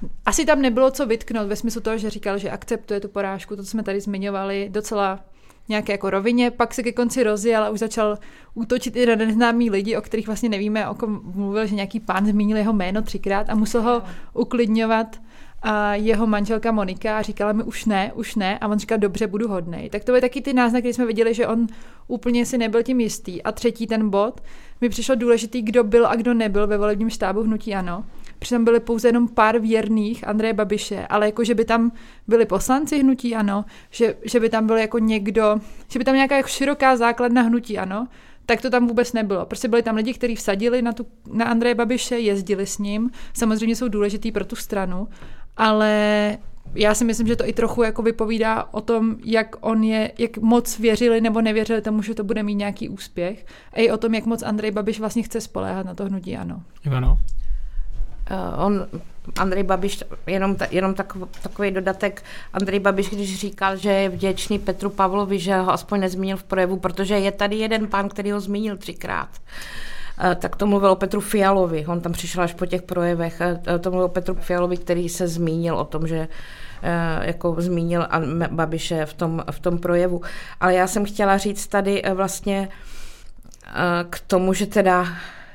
asi tam nebylo co vytknout ve smyslu toho, že říkal, že akceptuje tu porážku, to, co jsme tady zmiňovali, docela nějaké jako rovině, pak se ke konci rozjel a už začal útočit i na neznámý lidi, o kterých vlastně nevíme, o kom mluvil, že nějaký pán zmínil jeho jméno třikrát a musel ho uklidňovat a jeho manželka Monika říkala mi už ne, už ne a on říkal dobře, budu hodnej. Tak to byly taky ty náznaky, kdy jsme viděli, že on úplně si nebyl tím jistý. A třetí ten bod, mi přišlo důležitý, kdo byl a kdo nebyl ve volebním štábu hnutí ANO. Protože tam byly pouze jenom pár věrných Andreje Babiše, ale jako, že by tam byli poslanci hnutí ANO, že, že by tam byl jako někdo, že by tam nějaká jako široká základna hnutí ANO, tak to tam vůbec nebylo. Prostě byli tam lidi, kteří vsadili na, tu, na Andreje Babiše, jezdili s ním, samozřejmě jsou důležitý pro tu stranu, ale já si myslím, že to i trochu jako vypovídá o tom, jak on je, jak moc věřili nebo nevěřili tomu, že to bude mít nějaký úspěch, a i o tom, jak moc Andrej Babiš vlastně chce spoléhat na to hnutí ANO. Ivano? Uh, on, Andrej Babiš, jenom, ta, jenom tak, takový dodatek, Andrej Babiš, když říkal, že je vděčný Petru Pavlovi, že ho aspoň nezmínil v projevu, protože je tady jeden pán, který ho zmínil třikrát. Uh, tak to mluvil o Petru Fialovi, on tam přišel až po těch projevech, uh, to mluvil o Petru Fialovi, který se zmínil o tom, že uh, jako zmínil Babiše v tom, v tom projevu. Ale já jsem chtěla říct tady uh, vlastně uh, k tomu, že teda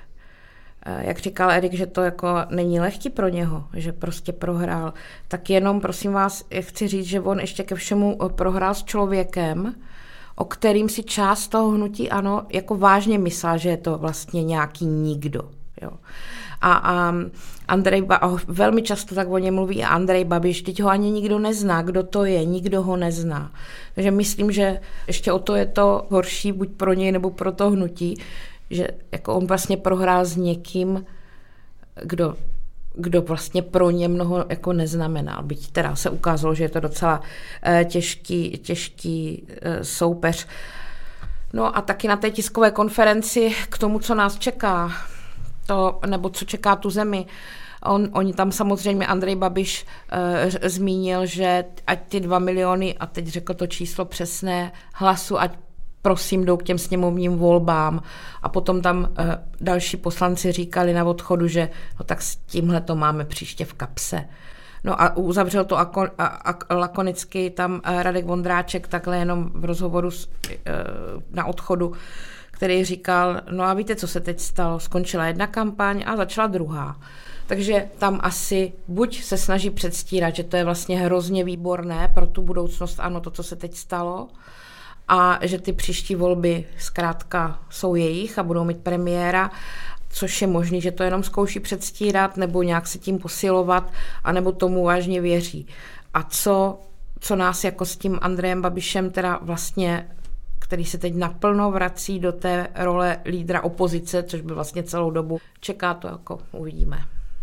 jak říkal Erik, že to jako není lehký pro něho, že prostě prohrál, tak jenom prosím vás chci říct, že on ještě ke všemu prohrál s člověkem, o kterým si část toho hnutí ANO jako vážně myslel, že je to vlastně nějaký nikdo. Jo. A, a Andrej ba- a velmi často tak o něm mluví Andrej Babiš, teď ho ani nikdo nezná, kdo to je, nikdo ho nezná. Takže myslím, že ještě o to je to horší, buď pro něj nebo pro to hnutí, že jako on vlastně prohrál s někým, kdo, kdo vlastně pro ně mnoho jako neznamenal. Byť teda se ukázalo, že je to docela eh, těžký, těžký eh, soupeř. No a taky na té tiskové konferenci k tomu, co nás čeká, to, nebo co čeká tu zemi. On, oni tam samozřejmě, Andrej Babiš eh, zmínil, že ať ty dva miliony, a teď řekl to číslo přesné, hlasu, ať prosím, jdou k těm sněmovním volbám. A potom tam uh, další poslanci říkali na odchodu, že no tak s tímhle to máme příště v kapse. No a uzavřel to ako, a, a, lakonicky tam uh, Radek Vondráček takhle jenom v rozhovoru s, uh, na odchodu, který říkal, no a víte, co se teď stalo? Skončila jedna kampaň a začala druhá. Takže tam asi buď se snaží předstírat, že to je vlastně hrozně výborné pro tu budoucnost, ano, to, co se teď stalo, a že ty příští volby zkrátka jsou jejich a budou mít premiéra, což je možný, že to jenom zkouší předstírat nebo nějak se tím posilovat, anebo tomu vážně věří. A co, co nás jako s tím Andrejem Babišem teda vlastně, který se teď naplno vrací do té role lídra opozice, což by vlastně celou dobu čeká, to jako uvidíme.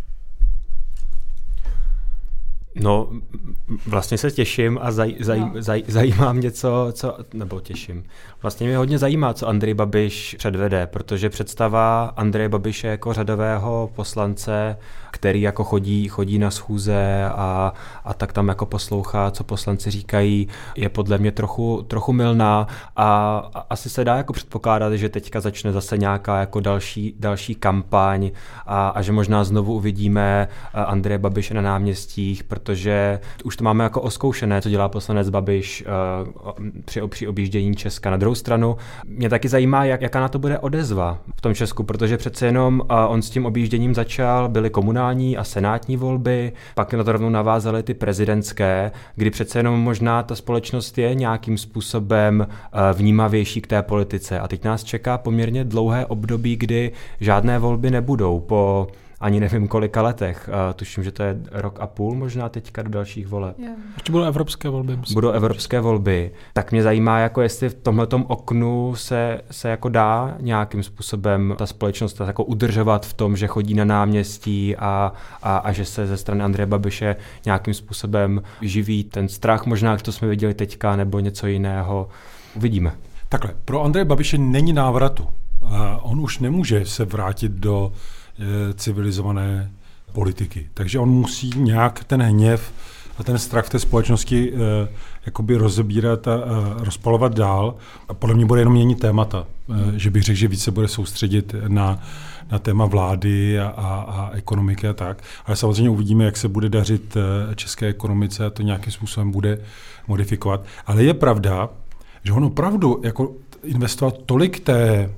No, vlastně se těším a zaj, zaj, no. zaj, zajímá mě, co, co, nebo těším. Vlastně mě hodně zajímá, co Andrej Babiš předvede, protože představa Andreje Babiše jako řadového poslance, který jako chodí, chodí na schůze a, a tak tam jako poslouchá, co poslanci říkají, je podle mě trochu, trochu mylná a, a asi se dá jako předpokládat, že teďka začne zase nějaká jako další, další kampaň a, a že možná znovu uvidíme Andreje Babiše na náměstích, protože už to máme jako oskoušené, co dělá poslanec Babiš uh, při, při objíždění Česka. Na druhou stranu mě taky zajímá, jak, jaká na to bude odezva v tom Česku, protože přece jenom uh, on s tím objížděním začal, byly komunální a senátní volby, pak na to rovnou navázaly ty prezidentské, kdy přece jenom možná ta společnost je nějakým způsobem uh, vnímavější k té politice. A teď nás čeká poměrně dlouhé období, kdy žádné volby nebudou po ani nevím kolika letech. Uh, tuším, že to je rok a půl možná teďka do dalších voleb. Yeah. Ještě budou evropské volby. Musím. Budou evropské volby. Tak mě zajímá, jako jestli v tomhletom oknu se, se jako dá nějakým způsobem ta společnost jako udržovat v tom, že chodí na náměstí a, a, a že se ze strany Andreje Babiše nějakým způsobem živí ten strach, možná, jak to jsme viděli teďka, nebo něco jiného. Uvidíme. Takhle, pro Andreje Babiše není návratu. Uh, on už nemůže se vrátit do civilizované politiky. Takže on musí nějak ten hněv a ten strach v té společnosti eh, jakoby rozebírat a eh, rozpalovat dál. A podle mě bude jenom měnit témata. Eh, že bych řekl, že více bude soustředit na, na téma vlády a, a, a ekonomiky a tak. Ale samozřejmě uvidíme, jak se bude dařit české ekonomice a to nějakým způsobem bude modifikovat. Ale je pravda, že on opravdu jako investoval tolik té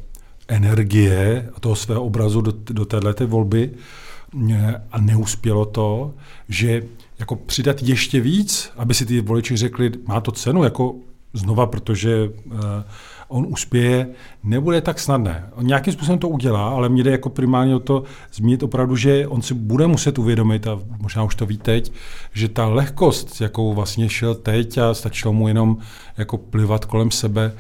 energie a toho svého obrazu do, do téhleté volby a neuspělo to, že jako přidat ještě víc, aby si ty voliči řekli, má to cenu, jako znova, protože uh, on uspěje, nebude tak snadné. On nějakým způsobem to udělá, ale mě jde jako primárně o to zmínit opravdu, že on si bude muset uvědomit, a možná už to ví teď, že ta lehkost, s jakou vlastně šel teď a stačilo mu jenom jako plivat kolem sebe,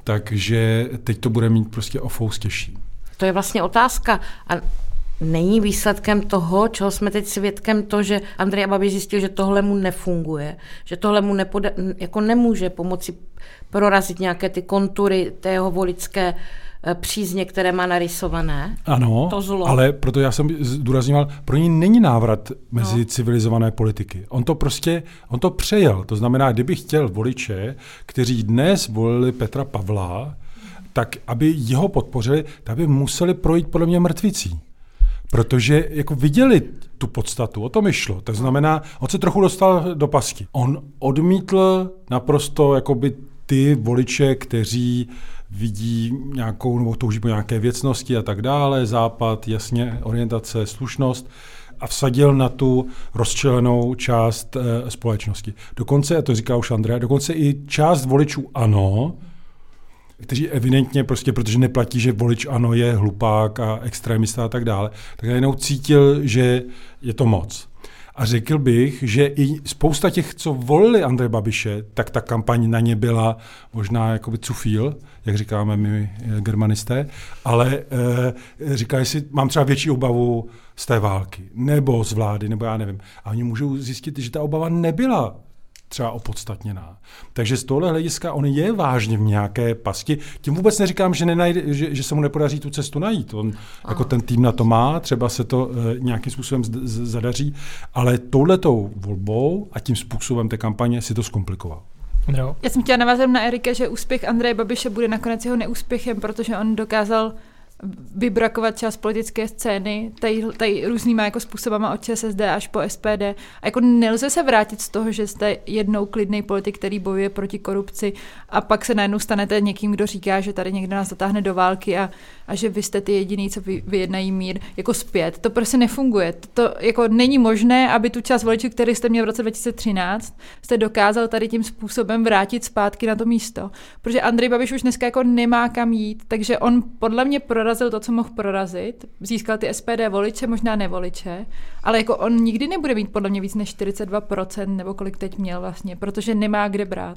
takže teď to bude mít prostě o fous těžší. To je vlastně otázka. A není výsledkem toho, čeho jsme teď svědkem, to, že Andrej Babiš zjistil, že tohle mu nefunguje, že tohle mu nepoda, jako nemůže pomoci prorazit nějaké ty kontury té jeho voličské přízně, které má narysované. Ano, to zlo. Ale proto já jsem zdůrazňoval, pro něj není návrat mezi no. civilizované politiky. On to prostě, on to přejel. To znamená, kdyby chtěl voliče, kteří dnes volili Petra Pavla, tak aby jeho podpořili, tak by museli projít podle mě mrtvicí. Protože jako viděli tu podstatu, o tom mi šlo. To znamená, on se trochu dostal do pasti. On odmítl naprosto jakoby ty voliče, kteří vidí nějakou, nebo touží po nějaké věcnosti a tak dále, západ, jasně, orientace, slušnost a vsadil na tu rozčlenou část e, společnosti. Dokonce, a to říká už Andrea, dokonce i část voličů ANO, kteří evidentně prostě, protože neplatí, že volič ANO je hlupák a extrémista a tak dále, tak najednou cítil, že je to moc. A řekl bych, že i spousta těch, co volili Andreje Babiše, tak ta kampaň na ně byla možná jakoby cufíl, jak říkáme my germanisté, ale e, říkali si, mám třeba větší obavu z té války, nebo z vlády, nebo já nevím. A oni můžou zjistit, že ta obava nebyla třeba opodstatněná. Takže z tohohle hlediska on je vážně v nějaké pasti. Tím vůbec neříkám, že, nenajde, že, že se mu nepodaří tu cestu najít. On Aha. jako ten tým na to má, třeba se to uh, nějakým způsobem z, z, zadaří, ale touhletou volbou a tím způsobem té kampaně si to zkomplikoval. No. Já jsem chtěla navázat na Erika, že úspěch Andreje Babiše bude nakonec jeho neúspěchem, protože on dokázal vybrakovat část politické scény, tady, tady různýma jako způsobama od ČSSD až po S P D. A jako nelze se vrátit z toho, že jste jednou klidný politik, který bojuje proti korupci a pak se najednou stanete někým, kdo říká, že tady někdo nás zatáhne do války a, a že vy jste ty jediný, co vy, vyjednají mír, jako zpět. To prostě nefunguje. To, to jako není možné, aby tu část voličů, který jste měl v roce dva tisíce třináct, jste dokázal tady tím způsobem vrátit zpátky na to místo. Protože Andrej Babiš už dneska jako nemá kam jít, takže on podle mě prorazil to, co mohl prorazit, získal ty S P D voliče, možná nevoliče, ale jako on nikdy nebude mít podle mě víc než čtyřicet dva procent, nebo kolik teď měl vlastně, protože nemá kde brát.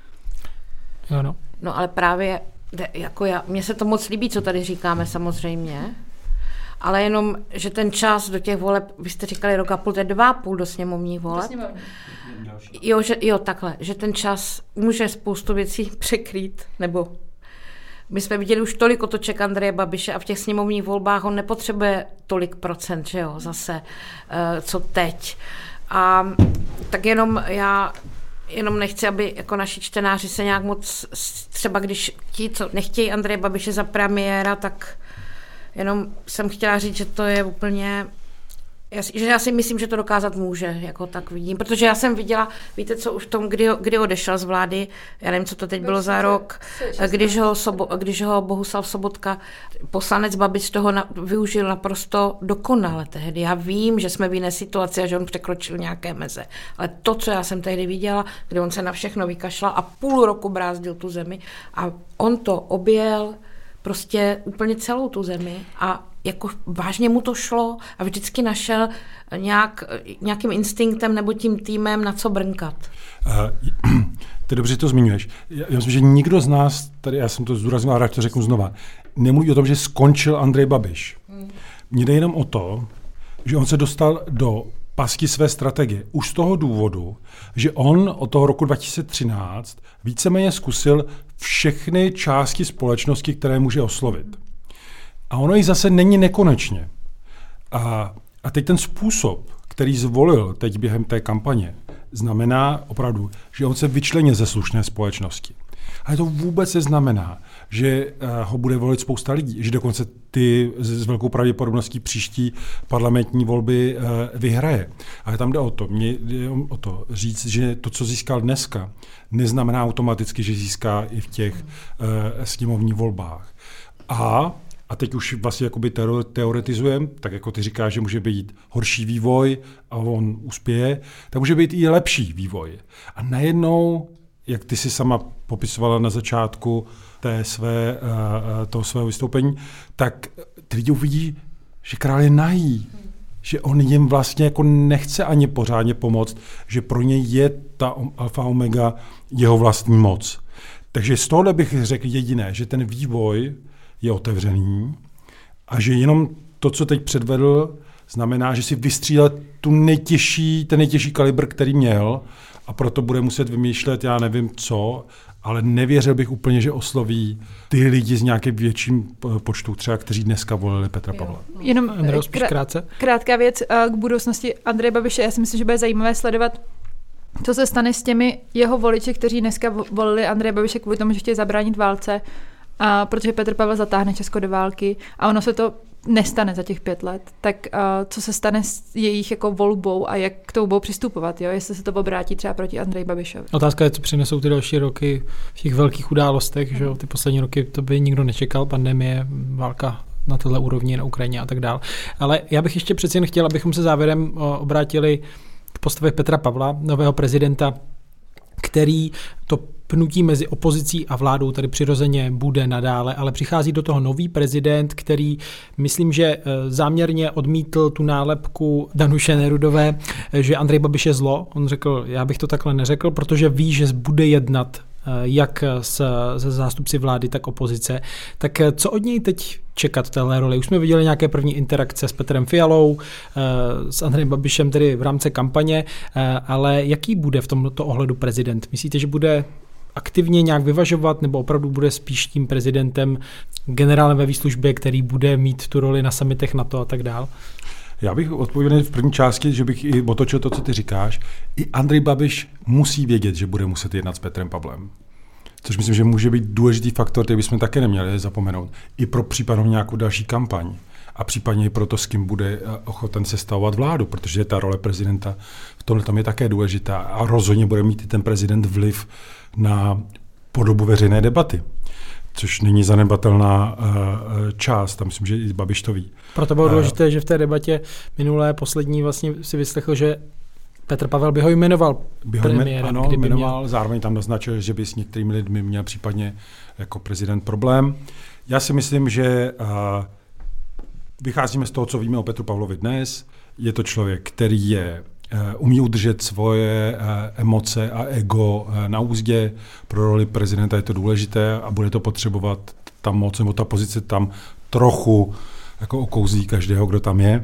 Jo, no. No ale právě, jako já, mně se to moc líbí, co tady říkáme samozřejmě, ale jenom, že ten čas do těch voleb, vy jste říkali rok a půl, to je dva a půl do sněmovních voleb. Do sněmovní. Jo, že, jo, takhle, že ten čas může spoustu věcí překrýt, nebo my jsme viděli už tolik otoček Andreje Babiše a v těch sněmovních volbách on nepotřebuje tolik procent, že jo, zase, co teď. A tak jenom já jenom nechci, aby jako naši čtenáři se nějak moc, třeba když ti, co nechtějí Andreje Babiše za premiéra, tak jenom jsem chtěla říct, že to je úplně, že já si myslím, že to dokázat může, jako tak vidím, protože já jsem viděla, víte co, už v tom, kdy, kdy odešel z vlády, já nevím, co to teď bylo za rok, když ho, Sobo, když ho Bohuslav Sobotka, poslanec Babiš toho na, využil naprosto dokonale tehdy. Já vím, že jsme v jiné situaci a že on překročil nějaké meze, ale to, co já jsem tehdy viděla, kdy on se na všechno vykašlal a půl roku brázdil tu zemi a on to objel prostě úplně celou tu zemi a jako vážně mu to šlo a vždycky našel nějak, nějakým instinktem nebo tím týmem na co brnkat. Uh, ty dobře to zmiňuješ. Já, já myslím, že nikdo z nás, tady já jsem to zdůraznil, a rád to řeknu znova, nemluví o tom, že skončil Andrej Babiš. Hmm. Mně jde jenom o to, že on se dostal do pasti své strategie. Už z toho důvodu, že on od toho roku dva tisíce třináct víceméně zkusil všechny části společnosti, které může oslovit. A ono jich zase není nekonečně. A, a teď ten způsob, který zvolil teď během té kampaně, znamená opravdu, že on se vyčlenil ze slušné společnosti. Ale to vůbec neznamená, že ho bude volit spousta lidí, že dokonce ty s velkou pravděpodobností příští parlamentní volby vyhraje. Ale tam jde o to, mě jde o to říct, že to, co získal dneska, neznamená automaticky, že získá i v těch sněmovních volbách. A A teď už vlastně jakoby teoretizujeme, tak jako ty říkáš, že může být horší vývoj a on uspěje, tak může být i lepší vývoj. A najednou, jak ty si sama popisovala na začátku té své, toho svého vystoupení, tak ty lidi uvidí, že král je nahý, že on jim vlastně jako nechce ani pořádně pomoct, že pro něj je ta alfa omega jeho vlastní moc. Takže z tohohle bych řekl jediné, že ten vývoj je otevřený a že jenom to, co teď předvedl, znamená, že si vystřílel tu nejtěžší, ten nejtěžší kalibr, který měl, a proto bude muset vymýšlet, já nevím co, ale nevěřil bych úplně, že osloví ty lidi z nějakým větším počtu, třeba kteří dneska volili Petra Pavla. Jenom Andrej, spíš krátce. Krátká věc k budoucnosti Andreje Babiše. Já si myslím, že bude zajímavé sledovat, co se stane s těmi jeho voliči, kteří dneska volili Andreje Babiše kvůli tomu, že chtějí zabránit válce, a protože Petr Pavel zatáhne Česko do války a ono se to nestane za těch pět let, tak uh, co se stane s jejich jako volbou a jak k tomu budou přistupovat, jo? Jestli se to obrátí třeba proti Andreji Babišovi. Otázka je, co přinesou ty další roky v těch velkých událostech, že jo? Ty poslední roky to by nikdo nečekal, pandemie, válka na téhle úrovni na Ukrajině a tak dál. Ale já bych ještě přeci jen chtěl, abychom se závěrem uh, obrátili k postavě Petra Pavla, nového prezidenta, který to pnutí mezi opozicí a vládou tady přirozeně bude nadále, ale přichází do toho nový prezident, který myslím, že záměrně odmítl tu nálepku Danuše Nerudové, že Andrej Babiš je zlo. On řekl, já bych to takhle neřekl, protože ví, že bude jednat jak se zástupci vlády, tak opozice. Tak co od něj teď čekat v téhle roli? Už jsme viděli nějaké první interakce s Petrem Fialou, s Andrejem Babišem tedy v rámci kampaně, ale jaký bude v tomto ohledu prezident? Myslíte, že bude aktivně nějak vyvažovat, nebo opravdu bude spíš tím prezidentem, generálem ve výslužbě, který bude mít tu roli na summitech NATO a tak dál? Já bych odpověděl v první části, že bych i otočil to, co ty říkáš. I Andrej Babiš musí vědět, že bude muset jednat s Petrem Pavlem. Což myslím, že může být důležitý faktor, který bychom také neměli zapomenout. I pro případnou nějakou další kampaň. A případně i pro to, s kým bude ochoten sestavovat vládu, protože ta role prezidenta v tomhle tam je také důležitá. A rozhodně bude mít i ten prezident vliv na podobu veřejné debaty, což není zanedbatelná uh, část, tam myslím, že i Babiš to ví. Proto bylo důležité, uh, že v té debatě minulé poslední vlastně si vyslechl, že Petr Pavel by ho jmenoval by ho premiérem. Ano, jmenoval, měl... zároveň tam naznačil, že by s některými lidmi měl případně jako prezident problém. Já si myslím, že uh, vycházíme z toho, co víme o Petru Pavlovi dnes. Je to člověk, který je umí udržet svoje emoce a ego na úzdě. Pro roli prezidenta je to důležité a bude to potřebovat ta moc, nebo ta pozice tam trochu jako okouzí každého, kdo tam je.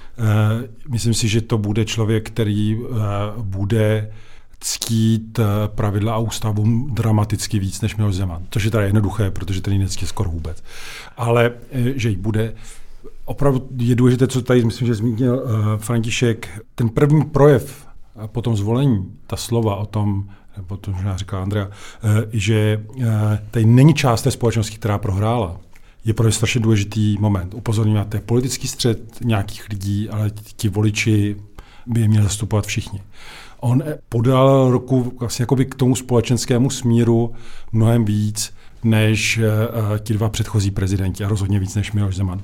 Myslím si, že to bude člověk, který bude ctít pravidla a ústavu dramaticky víc, než Miloš Zeman. Což je teda jednoduché, protože ten ji nectí skoro vůbec. Ale že jí bude. Opravdu je důležité, co tady myslím, že zmínil uh, František, ten první projev po tom zvolení, ta slova o tom, nebo to možná říká Andrea, uh, že uh, tady není část té společnosti, která prohrála. Je pro ně strašně důležitý moment. Upozorňuji na ten politický střet nějakých lidí, ale ti voliči by je měli zastupovat všichni. On podal ruku vlastně jakoby k tomu společenskému smíru mnohem víc, než uh, ti dva předchozí prezidenti a rozhodně víc než Miloš Zeman.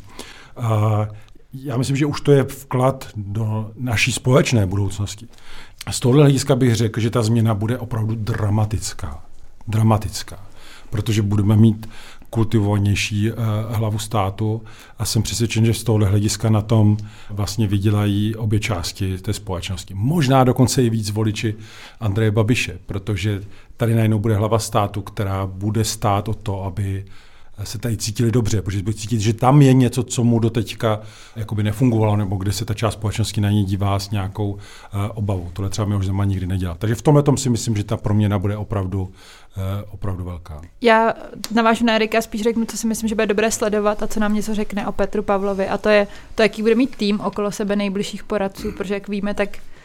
A já myslím, že už to je vklad do naší společné budoucnosti. Z tohohle hlediska bych řekl, že ta změna bude opravdu dramatická. Dramatická. Protože budeme mít kultivovanější uh, hlavu státu a jsem přesvědčen, že z tohohle hlediska na tom vlastně vydělají obě části té společnosti. Možná dokonce i víc voliči Andreje Babiše, protože tady najednou bude hlava státu, která bude stát o to, aby se tady cítili dobře, protože bude cítit, že tam je něco, co mu doteďka jakoby nefungovalo, nebo kde se ta část společnosti na něj dívá s nějakou uh, obavou. Tohle třeba Miloš Zeman nikdy nedělal. Takže v tomhle tom si myslím, že ta proměna bude opravdu, uh, opravdu velká. Já navážu na Erika, spíš řeknu, co si myslím, že bude dobré sledovat a co nám něco řekne o Petru Pavlovi. A to je to, jaký bude mít tým okolo sebe nejbližších poradců, protože jak víme, tak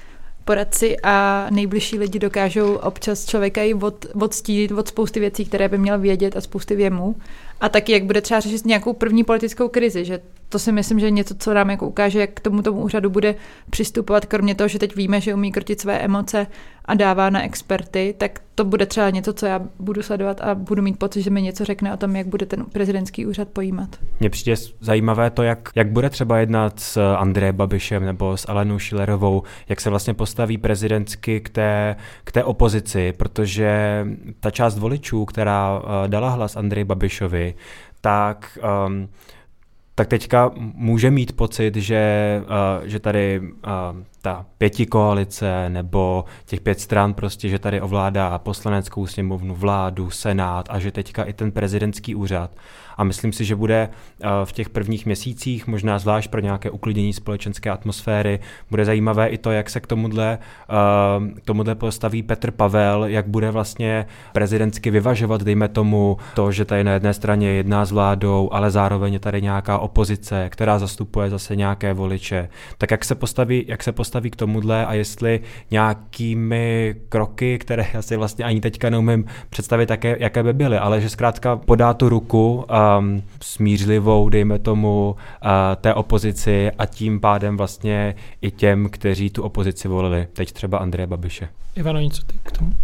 poradci a nejbližší lidi dokážou občas člověka i od, odstílit od spousty věcí, které by měl vědět a spousty věmů. A taky, jak bude třeba řešit nějakou první politickou krizi, že to si myslím, že je něco, co nám jako ukáže, jak k tomu tomu úřadu bude přistupovat, kromě toho, že teď víme, že umí krotit své emoce a dává na experty, tak to bude třeba něco, co já budu sledovat a budu mít pocit, že mi něco řekne o tom, jak bude ten prezidentský úřad pojímat. Mně přijde zajímavé to, jak, jak bude třeba jednat s Andrejem Babišem nebo s Alenou Schillerovou, jak se vlastně postaví prezidentsky k té, k té opozici, protože ta část voličů, která uh, dala hlas Andreji Babišovi, tak... Um, tak teďka může mít pocit, že, uh, že tady uh, ta pětikoalice nebo těch pět stran prostě, že tady ovládá poslaneckou sněmovnu, vládu, senát a že teďka i ten prezidentský úřad. A myslím si, že bude uh, v těch prvních měsících, možná zvlášť pro nějaké uklidnění společenské atmosféry, bude zajímavé i to, jak se k tomuhle, uh, k tomuhle postaví Petr Pavel, jak bude vlastně prezidentsky vyvažovat, dejme tomu, to, že tady na jedné straně jedná s vládou, ale zároveň je tady nějaká opozice, která zastupuje zase nějaké voliče. Tak jak se postaví, jak se postaví k tomuhle a jestli nějakými kroky, které já si vlastně ani teďka neumím představit, jaké, jaké by byly, ale že zkrátka podá tu ruku um, smířlivou, dejme tomu, uh, té opozici a tím pádem vlastně i těm, kteří tu opozici volili. Teď třeba Andreje Babiše. Ivano, něco ty k tomu?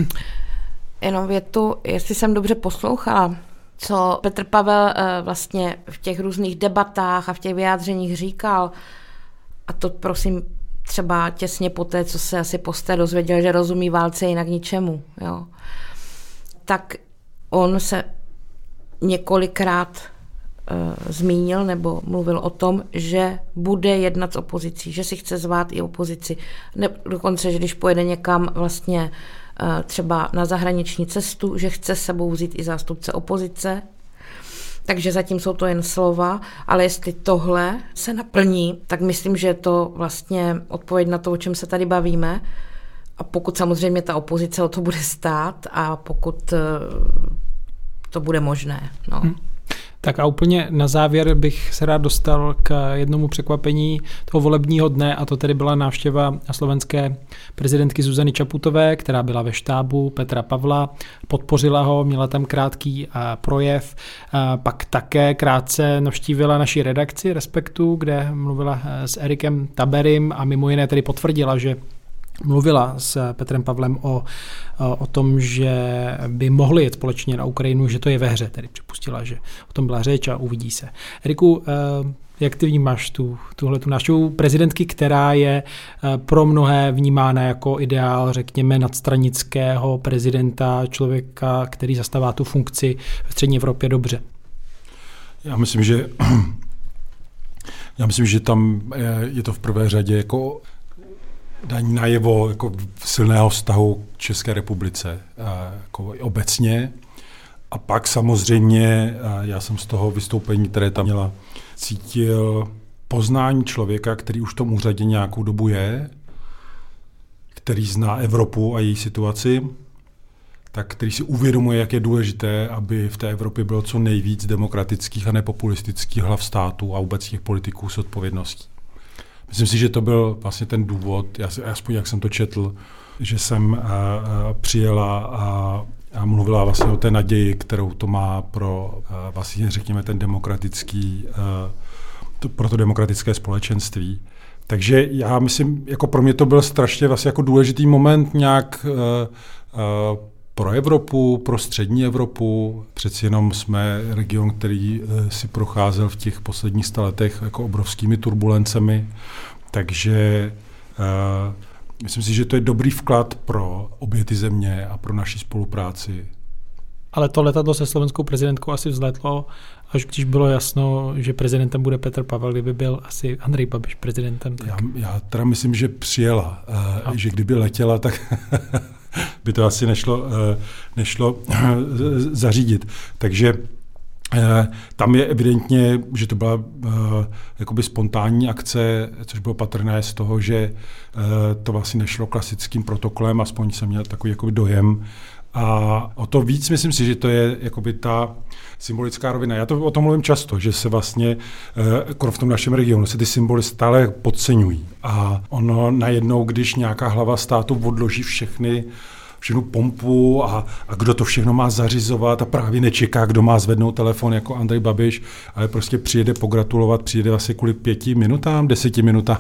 Jenom větu, jestli jsem dobře poslouchala, co Petr Pavel uh, vlastně v těch různých debatách a v těch vyjádřeních říkal, a to prosím třeba těsně poté, co se asi posté dozvěděl, že rozumí válce jinak ničemu, jo. Tak on se několikrát uh, zmínil nebo mluvil o tom, že bude jednat s opozicí, že si chce zvát i opozici. Ne, dokonce, že když pojede někam vlastně uh, třeba na zahraniční cestu, že chce s sebou vzít i zástupce opozice. Takže zatím jsou to jen slova, ale jestli tohle se naplní, tak myslím, že je to vlastně odpověď na to, o čem se tady bavíme. A pokud samozřejmě ta opozice o to bude stát a pokud to bude možné. No. Hmm. Tak a úplně na závěr bych se rád dostal k jednomu překvapení toho volebního dne, a to tedy byla návštěva slovenské prezidentky Zuzany Čaputové, která byla ve štábu Petra Pavla, podpořila ho, měla tam krátký projev, pak také krátce navštívila naši redakci Respektu, kde mluvila s Erikem Taberim a mimo jiné tedy potvrdila, že mluvila s Petrem Pavlem o, o tom, že by mohli jet společně na Ukrajinu, že to je ve hře, tedy připustila, že o tom byla řeč a uvidí se. Eriku, jak ty vnímáš tu, tuhletu návštěvu prezidentky, která je pro mnohé vnímána jako ideál, řekněme, nadstranického prezidenta, člověka, který zastává tu funkci v střední Evropě dobře? Já myslím, že já myslím, že tam je to v prvé řadě jako dání najevo jako silného vztahu k České republice jako obecně. A pak samozřejmě, já jsem z toho vystoupení, které tam měla, cítil poznání člověka, který už v tom úřadě nějakou dobu je, který zná Evropu a její situaci, tak který si uvědomuje, jak je důležité, aby v té Evropě bylo co nejvíc demokratických a nepopulistických hlav států a vůbec těch politiků s odpovědností. Myslím si, že to byl vlastně ten důvod, já, aspoň jak jsem to četl, že jsem a, a přijela a, a mluvila vlastně o té naději, kterou to má pro a, vlastně řekněme ten demokratický, a, to, pro to demokratické společenství. Takže já myslím, jako pro mě to byl strašně vlastně jako důležitý moment nějak a, a, pro Evropu, pro střední Evropu. Přeci jenom jsme region, který si procházel v těch posledních sta letech jako obrovskými turbulencemi. Takže uh, myslím si, že to je dobrý vklad pro obě ty země a pro naši spolupráci. Ale to letadlo se slovenskou prezidentkou asi vzletlo, až když bylo jasno, že prezidentem bude Petr Pavel, kdyby byl asi Andrej Babiš prezidentem. Tak... Já, já teda myslím, že přijela. Uh, že kdyby letěla, tak... by to asi nešlo, nešlo zařídit. Takže tam je evidentně, že to byla jakoby spontánní akce, což bylo patrné z toho, že to vlastně nešlo klasickým protokolem, aspoň jsem měl takový jakoby dojem. A o to víc myslím si, že to je jakoby ta symbolická rovina. Já to o tom mluvím často, že se vlastně v tom našem regionu se ty symboly stále podceňují. A ono najednou, když nějaká hlava státu odloží všechny všechnu pompu a, a kdo to všechno má zařizovat a právě nečeká, kdo má zvednout telefon jako Andrej Babiš, ale prostě přijede pogratulovat, přijede asi kvůli pěti minutám, deseti minutám,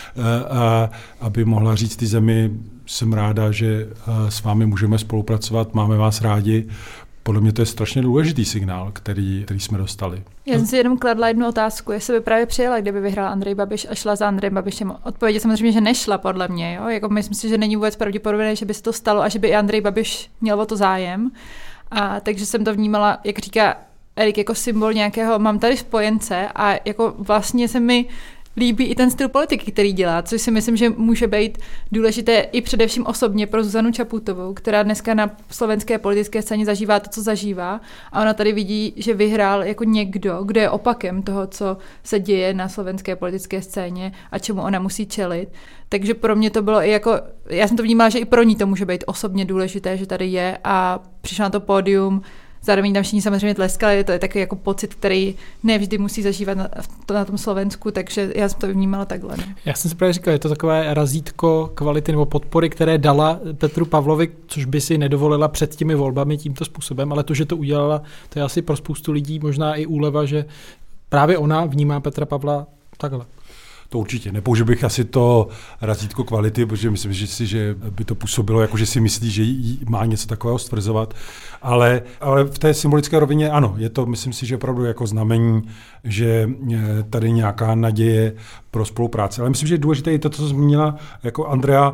a, a, aby mohla říct ty zemi, jsem ráda, že s vámi můžeme spolupracovat, máme vás rádi. Podle mě to je strašně důležitý signál, který, který jsme dostali. Já jsem si jenom kladla jednu otázku, jestli by právě přijela, kdyby vyhrál Andrej Babiš a šla za Andrejem Babišem. Odpověď je samozřejmě, že nešla podle mě. Jo? Jako myslím si, že není vůbec pravděpodobné, že by se to stalo a že by i Andrej Babiš měl o to zájem. A takže jsem to vnímala, jak říká Erik, jako symbol nějakého, mám tady spojence a jako vlastně se mi líbí i ten styl politiky, který dělá, což si myslím, že může být důležité i především osobně pro Zuzanu Čaputovou, která dneska na slovenské politické scéně zažívá to, co zažívá a ona tady vidí, že vyhrál jako někdo, kdo je opakem toho, co se děje na slovenské politické scéně a čemu ona musí čelit. Takže pro mě to bylo i jako, já jsem to vnímala, že i pro ní to může být osobně důležité, že tady je a přišla na to pódium. Zároveň tam všichni samozřejmě tleskali, to je takový jako pocit, který nevždy musí zažívat na, to na tom Slovensku, takže já jsem to vnímala takhle. Ne? Já jsem si právě říkal, je to takové razítko kvality nebo podpory, které dala Petru Pavlovi, což by si nedovolila před těmi volbami tímto způsobem, ale to, že to udělala, to je asi pro spoustu lidí možná i úleva, že právě ona vnímá Petra Pavla takhle. To určitě. Nepoužil bych asi to razítko kvality, protože myslím že si, že by to působilo, jako že si myslí, že má něco takového stvrzovat. Ale, ale v té symbolické rovině ano, je to, myslím si, že opravdu jako znamení, že tady nějaká naděje pro spolupráci. Ale myslím, že je důležité i to, co zmínila jako Andrea,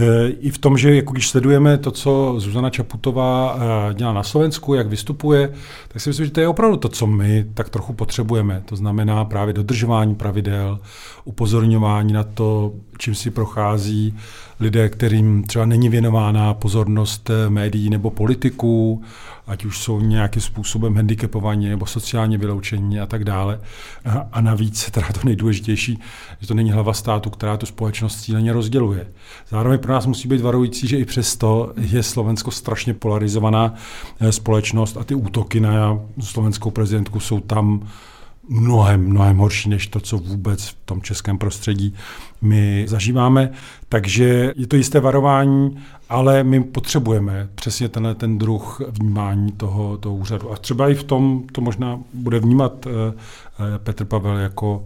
i v tom, že jako když sledujeme to, co Zuzana Čaputová dělá na Slovensku, jak vystupuje, tak si myslím, že to je opravdu to, co my tak trochu potřebujeme. To znamená právě dodržování pravidel, upozorňování na to, čím si prochází lidé, kterým třeba není věnována pozornost médií nebo politiků, ať už jsou nějakým způsobem handicapovaní nebo sociálně vyloučení a tak dále. A, a navíc teda to nejdůležitější, že to není hlava státu, která tu společnost cíleně rozděluje. Zároveň pro nás musí být varující, že i přesto je Slovensko strašně polarizovaná společnost a ty útoky na slovenskou prezidentku jsou tam mnohem, mnohem horší, než to, co vůbec v tom českém prostředí my zažíváme. Takže je to jisté varování, ale my potřebujeme přesně tenhle ten druh vnímání toho, toho úřadu. A třeba i v tom to možná bude vnímat Petr Pavel jako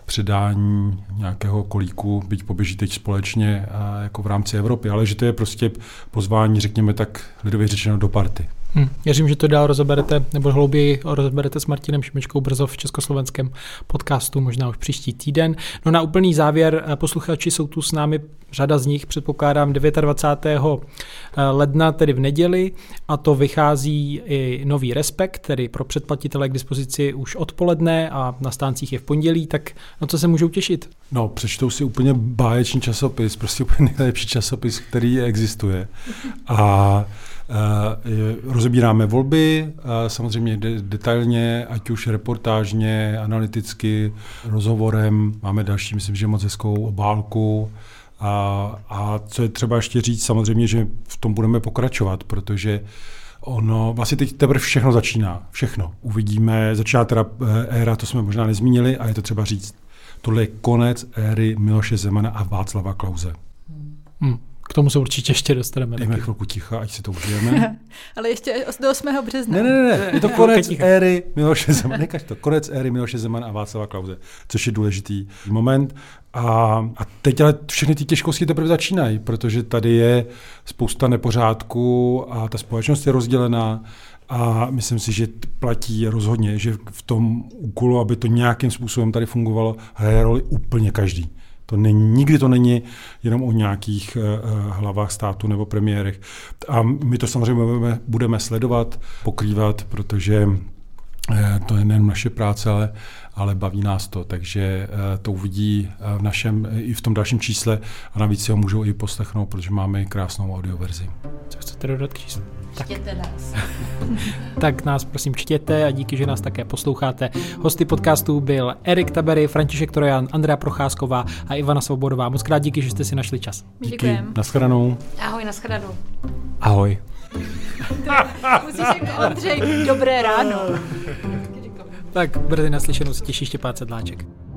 předání nějakého kolíku, byť poběží teď společně jako v rámci Evropy, ale že to je prostě pozvání, řekněme tak lidově řečeno, do party. Hmm. Věřím, že to dál rozeberete, nebo hlouběji rozeberete s Martinem Šimečkou brzo v československém podcastu, možná už příští týden. No na úplný závěr, posluchači jsou tu s námi, řada z nich, předpokládám dvacátého devátého ledna, tedy v neděli, a to vychází i nový Respekt, tedy pro předplatitele k dispozici už odpoledne a na stáncích je v pondělí, tak na co se můžou těšit? No, přečtou si úplně báječný časopis, prostě úplně nejlepší časopis, který existuje. A Uh, rozebíráme volby, uh, samozřejmě de- detailně, ať už reportážně, analyticky, rozhovorem. Máme další, myslím, že moc hezkou obálku. A, a co je třeba ještě říct, samozřejmě, že v tom budeme pokračovat, protože ono vlastně teď teprve všechno začíná. Všechno. Uvidíme, začíná teda éra, to jsme možná nezmínili, a je to třeba říct. Tohle je konec éry Miloše Zemana a Václava Klause. Hmm. K tomu se určitě ještě dostaneme. Dejme chvilku ticha, ať si to užijeme. Ale ještě do osmého března. Ne, ne, ne, je to konec éry Miloše Zemana. Nekaž to, konec éry Miloše Zemana a Václava Klause, což je důležitý moment. A, a teď ale všechny ty těžkosti teprve začínají, protože tady je spousta nepořádků a ta společnost je rozdělená. A myslím si, že platí rozhodně, že v tom úkolu, aby to nějakým způsobem tady fungovalo, hraje roli úplně každý. To není, nikdy to není jenom o nějakých uh, hlavách státu nebo premiérech. A my to samozřejmě budeme, budeme sledovat, pokrývat, protože uh, to je nejen naše práce, ale, ale baví nás to. Takže uh, to uvidí v našem, i v tom dalším čísle a navíc si ho můžou i poslechnout, protože máme i krásnou audioverzi. Co chcete dodat k číslu? Čtěte nás. Tak nás prosím čtěte a díky, že nás také posloucháte. Hosty podcastu byl Erik Tabery, František Trojan, Andrea Procházková a Ivana Svobodová. Moc krát díky, že jste si našli čas. Díky. Naschledanou. Ahoj, naschledanou. Ahoj. Musíš jako Ondřej, dobré ráno. Tak brzy naslyšenou se těší Štěpán Sedláček.